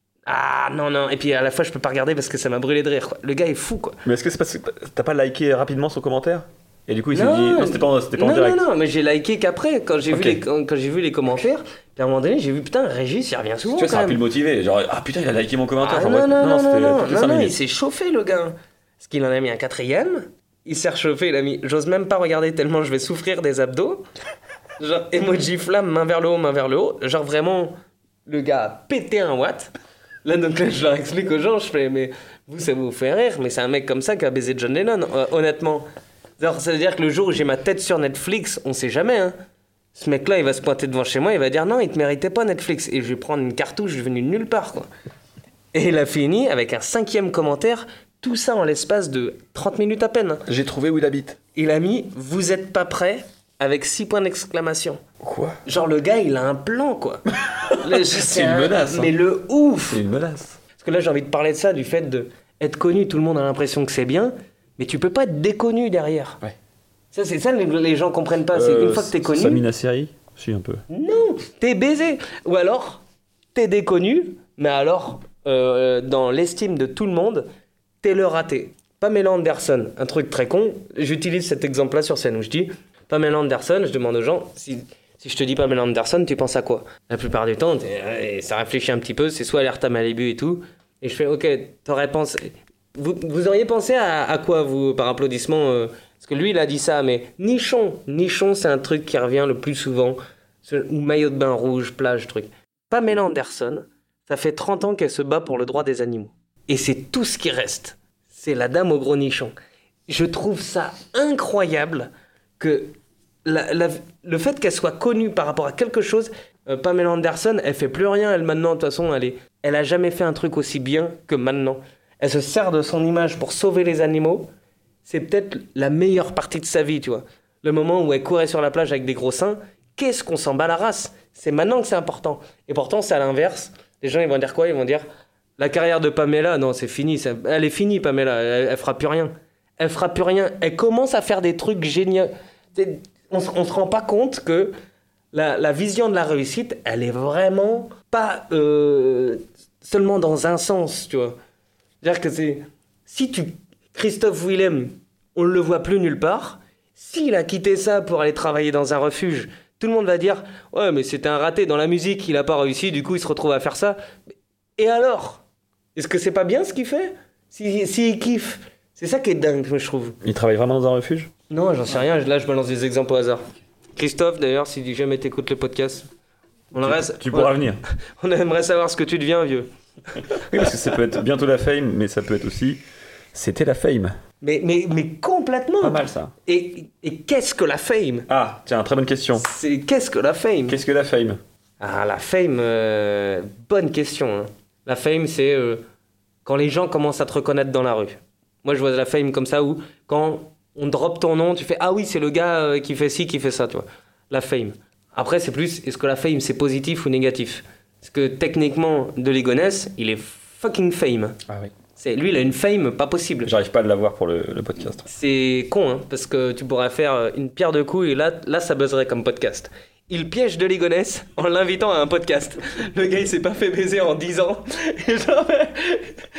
Speaker 1: Ah non, non. Et puis, à la fois, je peux pas regarder parce que ça m'a brûlé de rire, quoi. Le gars est fou, quoi.
Speaker 4: Mais est-ce que c'est parce que t'as pas liké rapidement son commentaire? Et du coup, il s'est
Speaker 1: Non,
Speaker 4: dit. Non, c'était pas, en- c'était pas en
Speaker 1: non,
Speaker 4: direct.
Speaker 1: non, non, mais j'ai liké qu'après, quand j'ai,
Speaker 4: Ok.
Speaker 1: vu les, quand, quand j'ai vu les commentaires. Puis à un moment donné, j'ai vu, putain, Régis, il revient souvent,
Speaker 4: Tu vois, ça
Speaker 1: quand
Speaker 4: a pu
Speaker 1: même.
Speaker 4: le motiver. Genre, ah putain, il a liké mon commentaire.
Speaker 1: Ah,
Speaker 4: Enfin,
Speaker 1: non,
Speaker 4: bref.
Speaker 1: non, non, non,
Speaker 4: c'était
Speaker 1: non,
Speaker 4: toutes les
Speaker 1: non,
Speaker 4: cinq
Speaker 1: non, il
Speaker 4: minutes.
Speaker 1: s'est chauffé, le gars. Parce qu'il en a mis un quatrième. Il s'est réchauffé, il a mis, j'ose même pas regarder tellement je vais souffrir des abdos. Genre, emoji flamme, main vers le haut, main vers le haut. Genre, vraiment, le gars a pété un watt. Là, donc là, je leur explique aux gens, je fais, mais vous, ça vous fait rire, mais c'est un mec comme ça qui a baisé John Lennon, euh, honnêtement. Alors, ça veut dire que le jour où j'ai ma tête sur Netflix, on sait jamais, hein. Ce mec-là, il va se pointer devant chez moi, il va dire, non, il te méritait pas Netflix. Et je vais prendre une cartouche, je suis venu de nulle part, quoi. Et il a fini avec un cinquième commentaire, tout ça en l'espace de trente minutes à peine.
Speaker 4: J'ai trouvé où il habite.
Speaker 1: Il a mis, vous êtes pas prêts, avec six points d'exclamation.
Speaker 4: Quoi?
Speaker 1: Genre, le gars, il a un plan, quoi. Là,
Speaker 4: C'est une menace, hein.
Speaker 1: Mais le ouf.
Speaker 4: C'est une menace.
Speaker 1: Parce que là, j'ai envie de parler de ça, du fait d'être connu, tout le monde a l'impression que c'est bien, mais tu peux pas être déconnu derrière.
Speaker 4: Ouais.
Speaker 1: Ça, c'est ça, les, les gens comprennent pas. C'est
Speaker 4: Euh,
Speaker 1: une fois que t'es connu,
Speaker 4: Samina Seri? Si, un peu.
Speaker 1: non, t'es baisé. Ou alors, t'es déconnu, mais alors, euh, dans l'estime de tout le monde, t'es le raté. Pamela Anderson, un truc très con, j'utilise cet exemple-là sur scène où je dis Pamela Anderson, je demande aux gens, si, si je te dis Pamela Anderson, tu penses à quoi? La plupart du temps, t'es- et ça réfléchit un petit peu, c'est soit Alerta Malibu et tout, et je fais, ok, t'aurais pensé... Vous, vous auriez pensé à, à quoi, vous, par applaudissement euh, parce que lui, il a dit ça, mais nichon, nichon, c'est un truc qui revient le plus souvent, Ce- ou maillot de bain rouge, plage, truc. Pamela Anderson, ça fait trente ans qu'elle se bat pour le droit des animaux. Et c'est tout ce qui reste. C'est la dame au gros nichon. Je trouve ça incroyable que la- la- le fait qu'elle soit connue par rapport à quelque chose, euh, Pamela Anderson, elle fait plus rien, elle maintenant, de toute façon, elle, est, elle a jamais fait un truc aussi bien que maintenant. Elle se sert de son image pour sauver les animaux. C'est peut-être la meilleure partie de sa vie, tu vois. Le moment où elle courait sur la plage avec des gros seins, qu'est-ce qu'on s'en bat la race? C'est maintenant que c'est important. Et pourtant, c'est à l'inverse. Les gens, ils vont dire quoi? Ils vont dire, la carrière de Pamela, non, c'est fini. ça- Elle est finie, Pamela. Elle, elle fera plus rien. Elle fera plus rien. Elle commence à faire des trucs géniaux. C'est- On, s- on se rend pas compte que la, la vision de la réussite, elle est vraiment pas euh, seulement dans un sens, tu vois. C'est-à-dire que c'est... Si tu... Christophe Willem, on ne le voit plus nulle part. S'il a quitté ça pour aller travailler dans un refuge, tout le monde va dire « Ouais, mais c'était un raté dans la musique, il n'a pas réussi, du coup il se retrouve à faire ça. » Et alors? Est-ce que c'est pas bien ce qu'il fait? S'il si, il kiffe. C'est ça qui est dingue, je trouve.
Speaker 4: Il travaille vraiment dans un refuge?
Speaker 1: Non, j'en sais rien, là je balance des exemples au hasard. Christophe, d'ailleurs, si jamais t'écoutes le podcast, on, reste,
Speaker 4: Tu pourras
Speaker 1: on,
Speaker 4: venir.
Speaker 1: on aimerait savoir ce que tu deviens, vieux.
Speaker 4: Oui, parce que ça peut être bientôt la fame, mais ça peut être aussi. C'était la fame.
Speaker 1: Mais, mais, mais complètement.
Speaker 4: Pas mal ça.
Speaker 1: Et, et qu'est-ce que la fame?
Speaker 4: Ah, tiens, très bonne question.
Speaker 1: C'est qu'est-ce que la fame?
Speaker 4: Qu'est-ce que la fame?
Speaker 1: Ah, la fame, euh, bonne question. hein. La fame, c'est euh, quand les gens commencent à te reconnaître dans la rue. Moi, je vois la fame comme ça où quand on drop ton nom, tu fais ah oui, c'est le gars euh, qui fait ci, qui fait ça, tu vois. La fame. Après, c'est plus est-ce que la fame c'est positif ou négatif? Parce que techniquement, de Ligonnès, il est fucking fame.
Speaker 4: Ah oui.
Speaker 1: C'est, lui, il a une fame pas possible.
Speaker 4: J'arrive pas à l'avoir pour le, le podcast.
Speaker 1: C'est con, hein, parce que tu pourrais faire une pierre deux coups et là, là ça buzzerait comme podcast. Il piège de Ligonnès en l'invitant à un podcast. Le gars, il s'est pas fait baiser en dix ans. Et genre,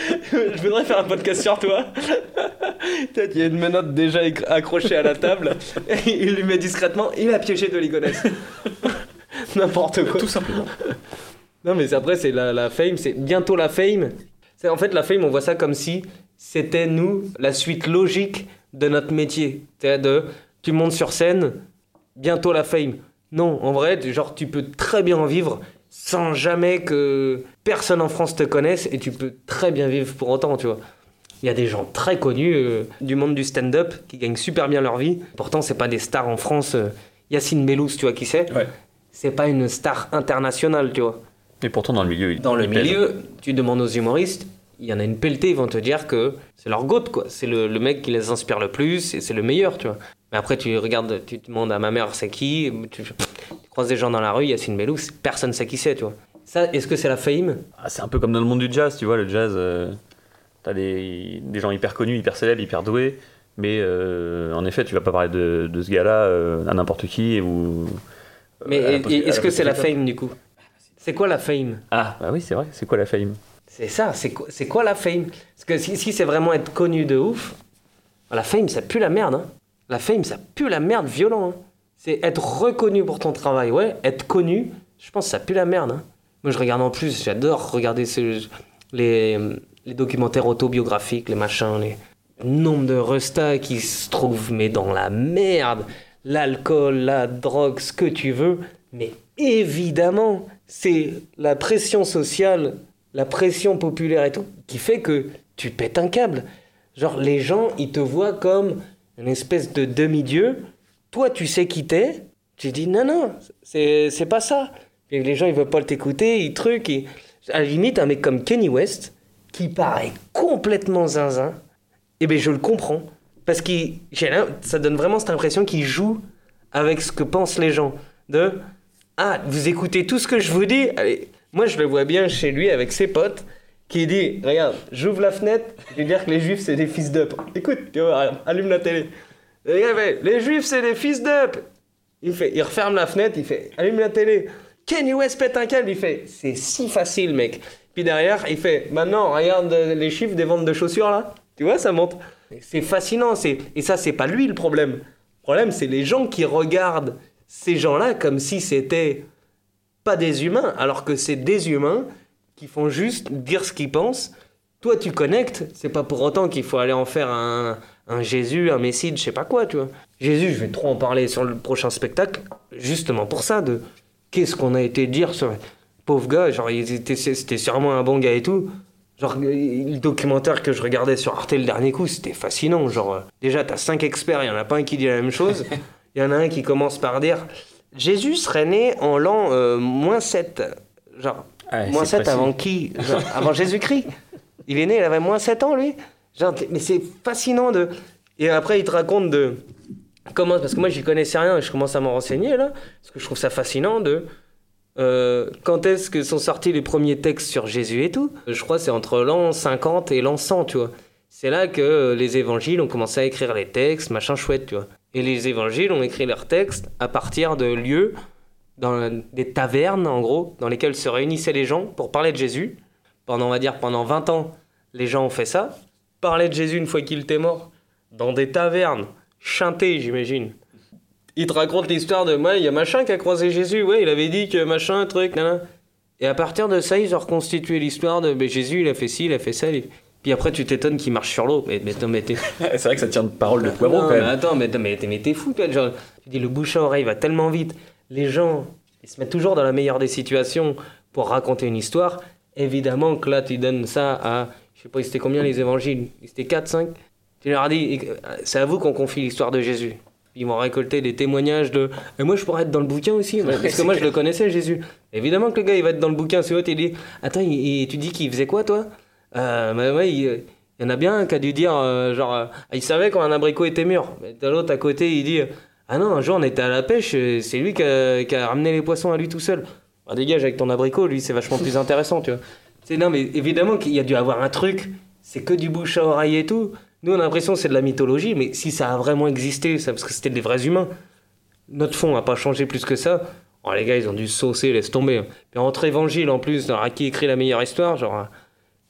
Speaker 1: Je voudrais faire un podcast sur toi. Peut-être il y a une menotte déjà accrochée à la table. Et il lui met discrètement, il a piégé de l'igonesse. N'importe quoi.
Speaker 4: Tout simplement.
Speaker 1: Non, mais après, c'est la, la fame, c'est bientôt la fame. C'est, en fait, la fame, on voit ça comme si c'était, nous, la suite logique de notre métier. C'est de, tu montes sur scène, bientôt la fame. Non, en vrai, genre, tu peux très bien en vivre sans jamais que personne en France te connaisse et tu peux très bien vivre pour autant, tu vois. Il y a des gens très connus euh, du monde du stand-up qui gagnent super bien leur vie. Pourtant, c'est pas des stars en France. Euh, Yacine Bellous, tu vois qui c'est ?
Speaker 4: Ouais.
Speaker 1: C'est pas une star internationale, tu vois.
Speaker 4: Et pourtant, dans le milieu, il
Speaker 1: Dans le
Speaker 4: il pèse.
Speaker 1: milieu, tu demandes aux humoristes, il y en a une pelletée, ils vont te dire que c'est leur goat, quoi. C'est le, le mec qui les inspire le plus et c'est le meilleur, tu vois. Mais après, tu regardes, tu te demandes à ma mère, c'est qui ? Tu, tu croises des gens dans la rue, Yacine Bellous, personne sait qui c'est, tu vois. Ça, est-ce que c'est la fame ?
Speaker 4: Ah, c'est un peu comme dans le monde du jazz, tu vois, le jazz, euh, t'as des, des gens hyper connus, hyper célèbres, hyper doués, mais euh, en effet, tu vas pas parler de, de ce gars-là euh, à n'importe qui ou...
Speaker 1: Mais
Speaker 4: à la
Speaker 1: et-
Speaker 4: possi- à
Speaker 1: est-ce
Speaker 4: la
Speaker 1: que c'est la
Speaker 4: possibilité.
Speaker 1: fame, du coup ? C'est quoi la fame ?
Speaker 4: Ah, bah oui, c'est vrai, c'est quoi la fame ?
Speaker 1: C'est ça, c'est quoi, c'est quoi la fame ? Parce que si, si c'est vraiment être connu de ouf, la fame, ça pue la merde. Hein. La fame, ça pue la merde violent. Hein. C'est être reconnu pour ton travail, ouais. Être connu, je pense que ça pue la merde. Hein. Moi, je regarde en plus, j'adore regarder ce, les, les documentaires autobiographiques, les machins, les le nombre de restas qui se trouvent mais dans la merde. L'alcool, la drogue, ce que tu veux. Mais évidemment, c'est la pression sociale, la pression populaire et tout, qui fait que tu pètes un câble. Genre, les gens, ils te voient comme une espèce de demi-dieu. Toi, tu sais qui t'es. Tu dis, non, non, c'est, c'est pas ça. Puis les gens, ils veulent pas t'écouter, ils truquent. Et... À la limite, un mec comme Kanye West, qui paraît complètement zinzin, eh bien, je le comprends. Parce que ça donne vraiment cette impression qu'il joue avec ce que pensent les gens. De, ah, vous écoutez tout ce que je vous dis. Allez, moi, je le vois bien chez lui avec ses potes, qui dit, regarde, j'ouvre la fenêtre, je vais dire que les juifs, c'est des fils d'up. Écoute, tu vois, regarde, allume la télé. Regarde, les juifs, c'est des fils d'up. Il, fait, il referme la fenêtre, il fait, allume la télé. Kanye West pète un câble, il fait, c'est si facile, mec. Puis derrière, il fait, maintenant, regarde les chiffres des ventes de chaussures, là. Tu vois, ça monte. C'est fascinant. C'est... Et ça, c'est pas lui le problème. Le problème, c'est les gens qui regardent ces gens-là comme si c'était pas des humains, alors que c'est des humains qui font juste dire ce qu'ils pensent. Toi, tu connectes. C'est pas pour autant qu'il faut aller en faire un, un Jésus, un Messie, je sais pas quoi, tu vois. Jésus, je vais trop en parler sur le prochain spectacle, justement pour ça, de qu'est-ce qu'on a été dire sur... Pauvre gars, genre, il était, c'était sûrement un bon gars et tout. Genre, le documentaire que je regardais sur Arte le dernier coup, c'était fascinant. Genre, euh, déjà, t'as cinq experts, il y en a pas un qui dit la même chose. Il y en a un qui commence par dire « Jésus serait né en l'an euh, moins sept. » Genre,
Speaker 4: ah,
Speaker 1: moins sept
Speaker 4: précis.
Speaker 1: avant qui ? Genre, avant Jésus-Christ. Il est né, il avait moins sept ans, lui. Genre, mais c'est fascinant de... Et après, il te raconte de... Comment... Parce que moi, j'y connaissais rien et je commence à m'en renseigner, là. Parce que je trouve ça fascinant de... Euh, quand est-ce que sont sortis les premiers textes sur Jésus et tout ? Je crois que c'est entre l'an cinquante et l'an cent, tu vois. C'est là que les évangiles ont commencé à écrire les textes, machin chouette, tu vois. Et les évangiles ont écrit leurs textes à partir de lieux, dans des tavernes, en gros, dans lesquelles se réunissaient les gens pour parler de Jésus. Pendant, on va dire, pendant vingt ans, les gens ont fait ça. Parler de Jésus une fois qu'il était mort, dans des tavernes, chanter, j'imagine. Il te raconte l'histoire de, ouais, il y a machin qui a croisé Jésus, ouais, il avait dit que machin, truc, nanana. Et à partir de ça, ils ont reconstitué l'histoire de, ben, Jésus, il a fait ci, il a fait ça. Il... Puis après, tu t'étonnes qu'il marche sur l'eau. Mais, mais, mais t'es...
Speaker 4: C'est vrai que ça tient de parole de poivron,
Speaker 1: non,
Speaker 4: quand même.
Speaker 1: mais attends, mais, mais, mais t'es fou, toi. Genre, tu dis, le bouche à oreille va tellement vite. Les gens, ils se mettent toujours dans la meilleure des situations pour raconter une histoire. Évidemment que là, tu donnes ça à, je sais pas, c'était combien les évangiles ? C'était quatre, cinq ? Tu leur dis, c'est à vous qu'on confie l'histoire de Jésus. Ils vont récolter des témoignages de... Et moi, je pourrais être dans le bouquin aussi. Parce que moi, je le connaissais, Jésus. Évidemment que le gars, il va être dans le bouquin. C'est autre, il dit... Attends, il, il, tu dis qu'il faisait quoi, toi ? euh, bah, ouais, il, il y en a bien un qui a dû dire, euh, genre... Euh, il savait quand un abricot était mûr. Mais l'autre, à côté, il dit... Ah non, un jour, on était à la pêche. C'est lui qui a, qui a ramené les poissons à lui tout seul. Bah, dégage avec ton abricot. Lui, c'est vachement plus intéressant, tu vois. C'est, non, mais évidemment qu'il y a dû avoir un truc. C'est que du bouche à oreille et tout. Nous, on a l'impression que c'est de la mythologie, mais si ça a vraiment existé, ça, parce que c'était des vrais humains, notre fond n'a pas changé plus que ça. Oh, les gars, ils ont dû saucer, laisse tomber. Puis entre évangiles, en plus, alors, à qui écrit la meilleure histoire, genre,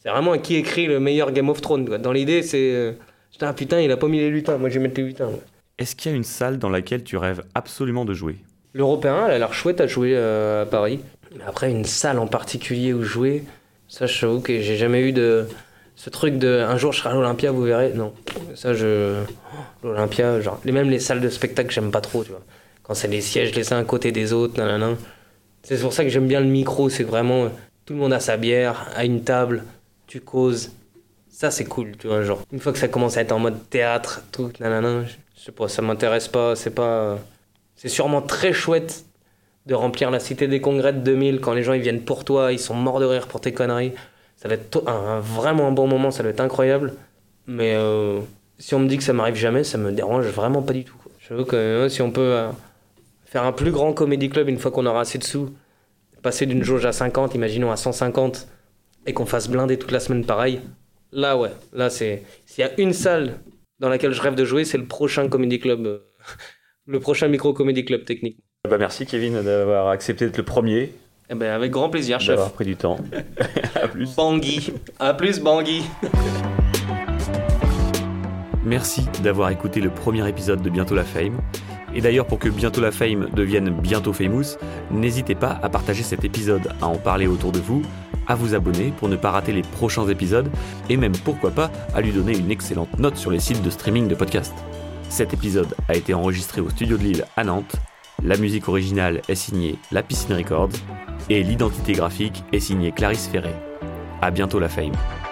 Speaker 1: C'est vraiment qui écrit le meilleur Game of Thrones, quoi. Dans l'idée, c'est... Euh, putain, putain, il a pas mis les lutins, moi je vais mettre les lutins. Ouais.
Speaker 2: Est-ce qu'il y a une salle dans laquelle tu rêves absolument de jouer ?
Speaker 1: L'Européen, elle a l'air chouette à jouer euh, à Paris. Mais après, une salle en particulier où jouer, ça, je t'avoue que j'ai jamais eu de... Ce truc de un jour je serai à l'Olympia, vous verrez. Non, ça je. L'Olympia, genre. Même les salles de spectacle, j'aime pas trop, tu vois. Quand c'est les sièges les uns à côté des autres, nanana. C'est pour ça que j'aime bien le micro, c'est vraiment. Tout le monde a sa bière, à une table, tu causes. Ça c'est cool, tu vois. Genre, une fois que ça commence à être en mode théâtre, tout, nanana, je sais pas, ça m'intéresse pas, c'est pas. C'est sûrement très chouette de remplir la Cité des Congrès de deux mille quand les gens ils viennent pour toi, ils sont morts de rire pour tes conneries. Ça va être un, un, vraiment un bon moment, ça va être incroyable. Mais euh, si on me dit que ça m'arrive jamais, ça me dérange vraiment pas du tout, quoi. Je veux que euh, si on peut euh, faire un plus grand comédie club une fois qu'on aura assez de sous, passer d'une jauge à cinquante, imaginons à cent cinquante, et qu'on fasse blinder toute la semaine pareil, là ouais, là c'est... S'il y a une salle dans laquelle je rêve de jouer, c'est le prochain comédie club, euh, le prochain micro-comédie club technique.
Speaker 4: Bah merci Kevin d'avoir accepté d'être le premier.
Speaker 1: Eh ben, avec grand plaisir, chef.
Speaker 4: D'avoir pris du temps. À plus.
Speaker 1: Bangui. À plus, Bangui.
Speaker 2: Merci d'avoir écouté le premier épisode de Bientôt la Fame. Et d'ailleurs, pour que Bientôt la Fame devienne bientôt famous, n'hésitez pas à partager cet épisode, à en parler autour de vous, à vous abonner pour ne pas rater les prochains épisodes, et même, pourquoi pas, à lui donner une excellente note sur les sites de streaming de podcasts. Cet épisode a été enregistré au Studio de Lille à Nantes. La musique originale est signée La Piscine Records et l'identité graphique est signée Clarisse Ferré. À bientôt la Fame.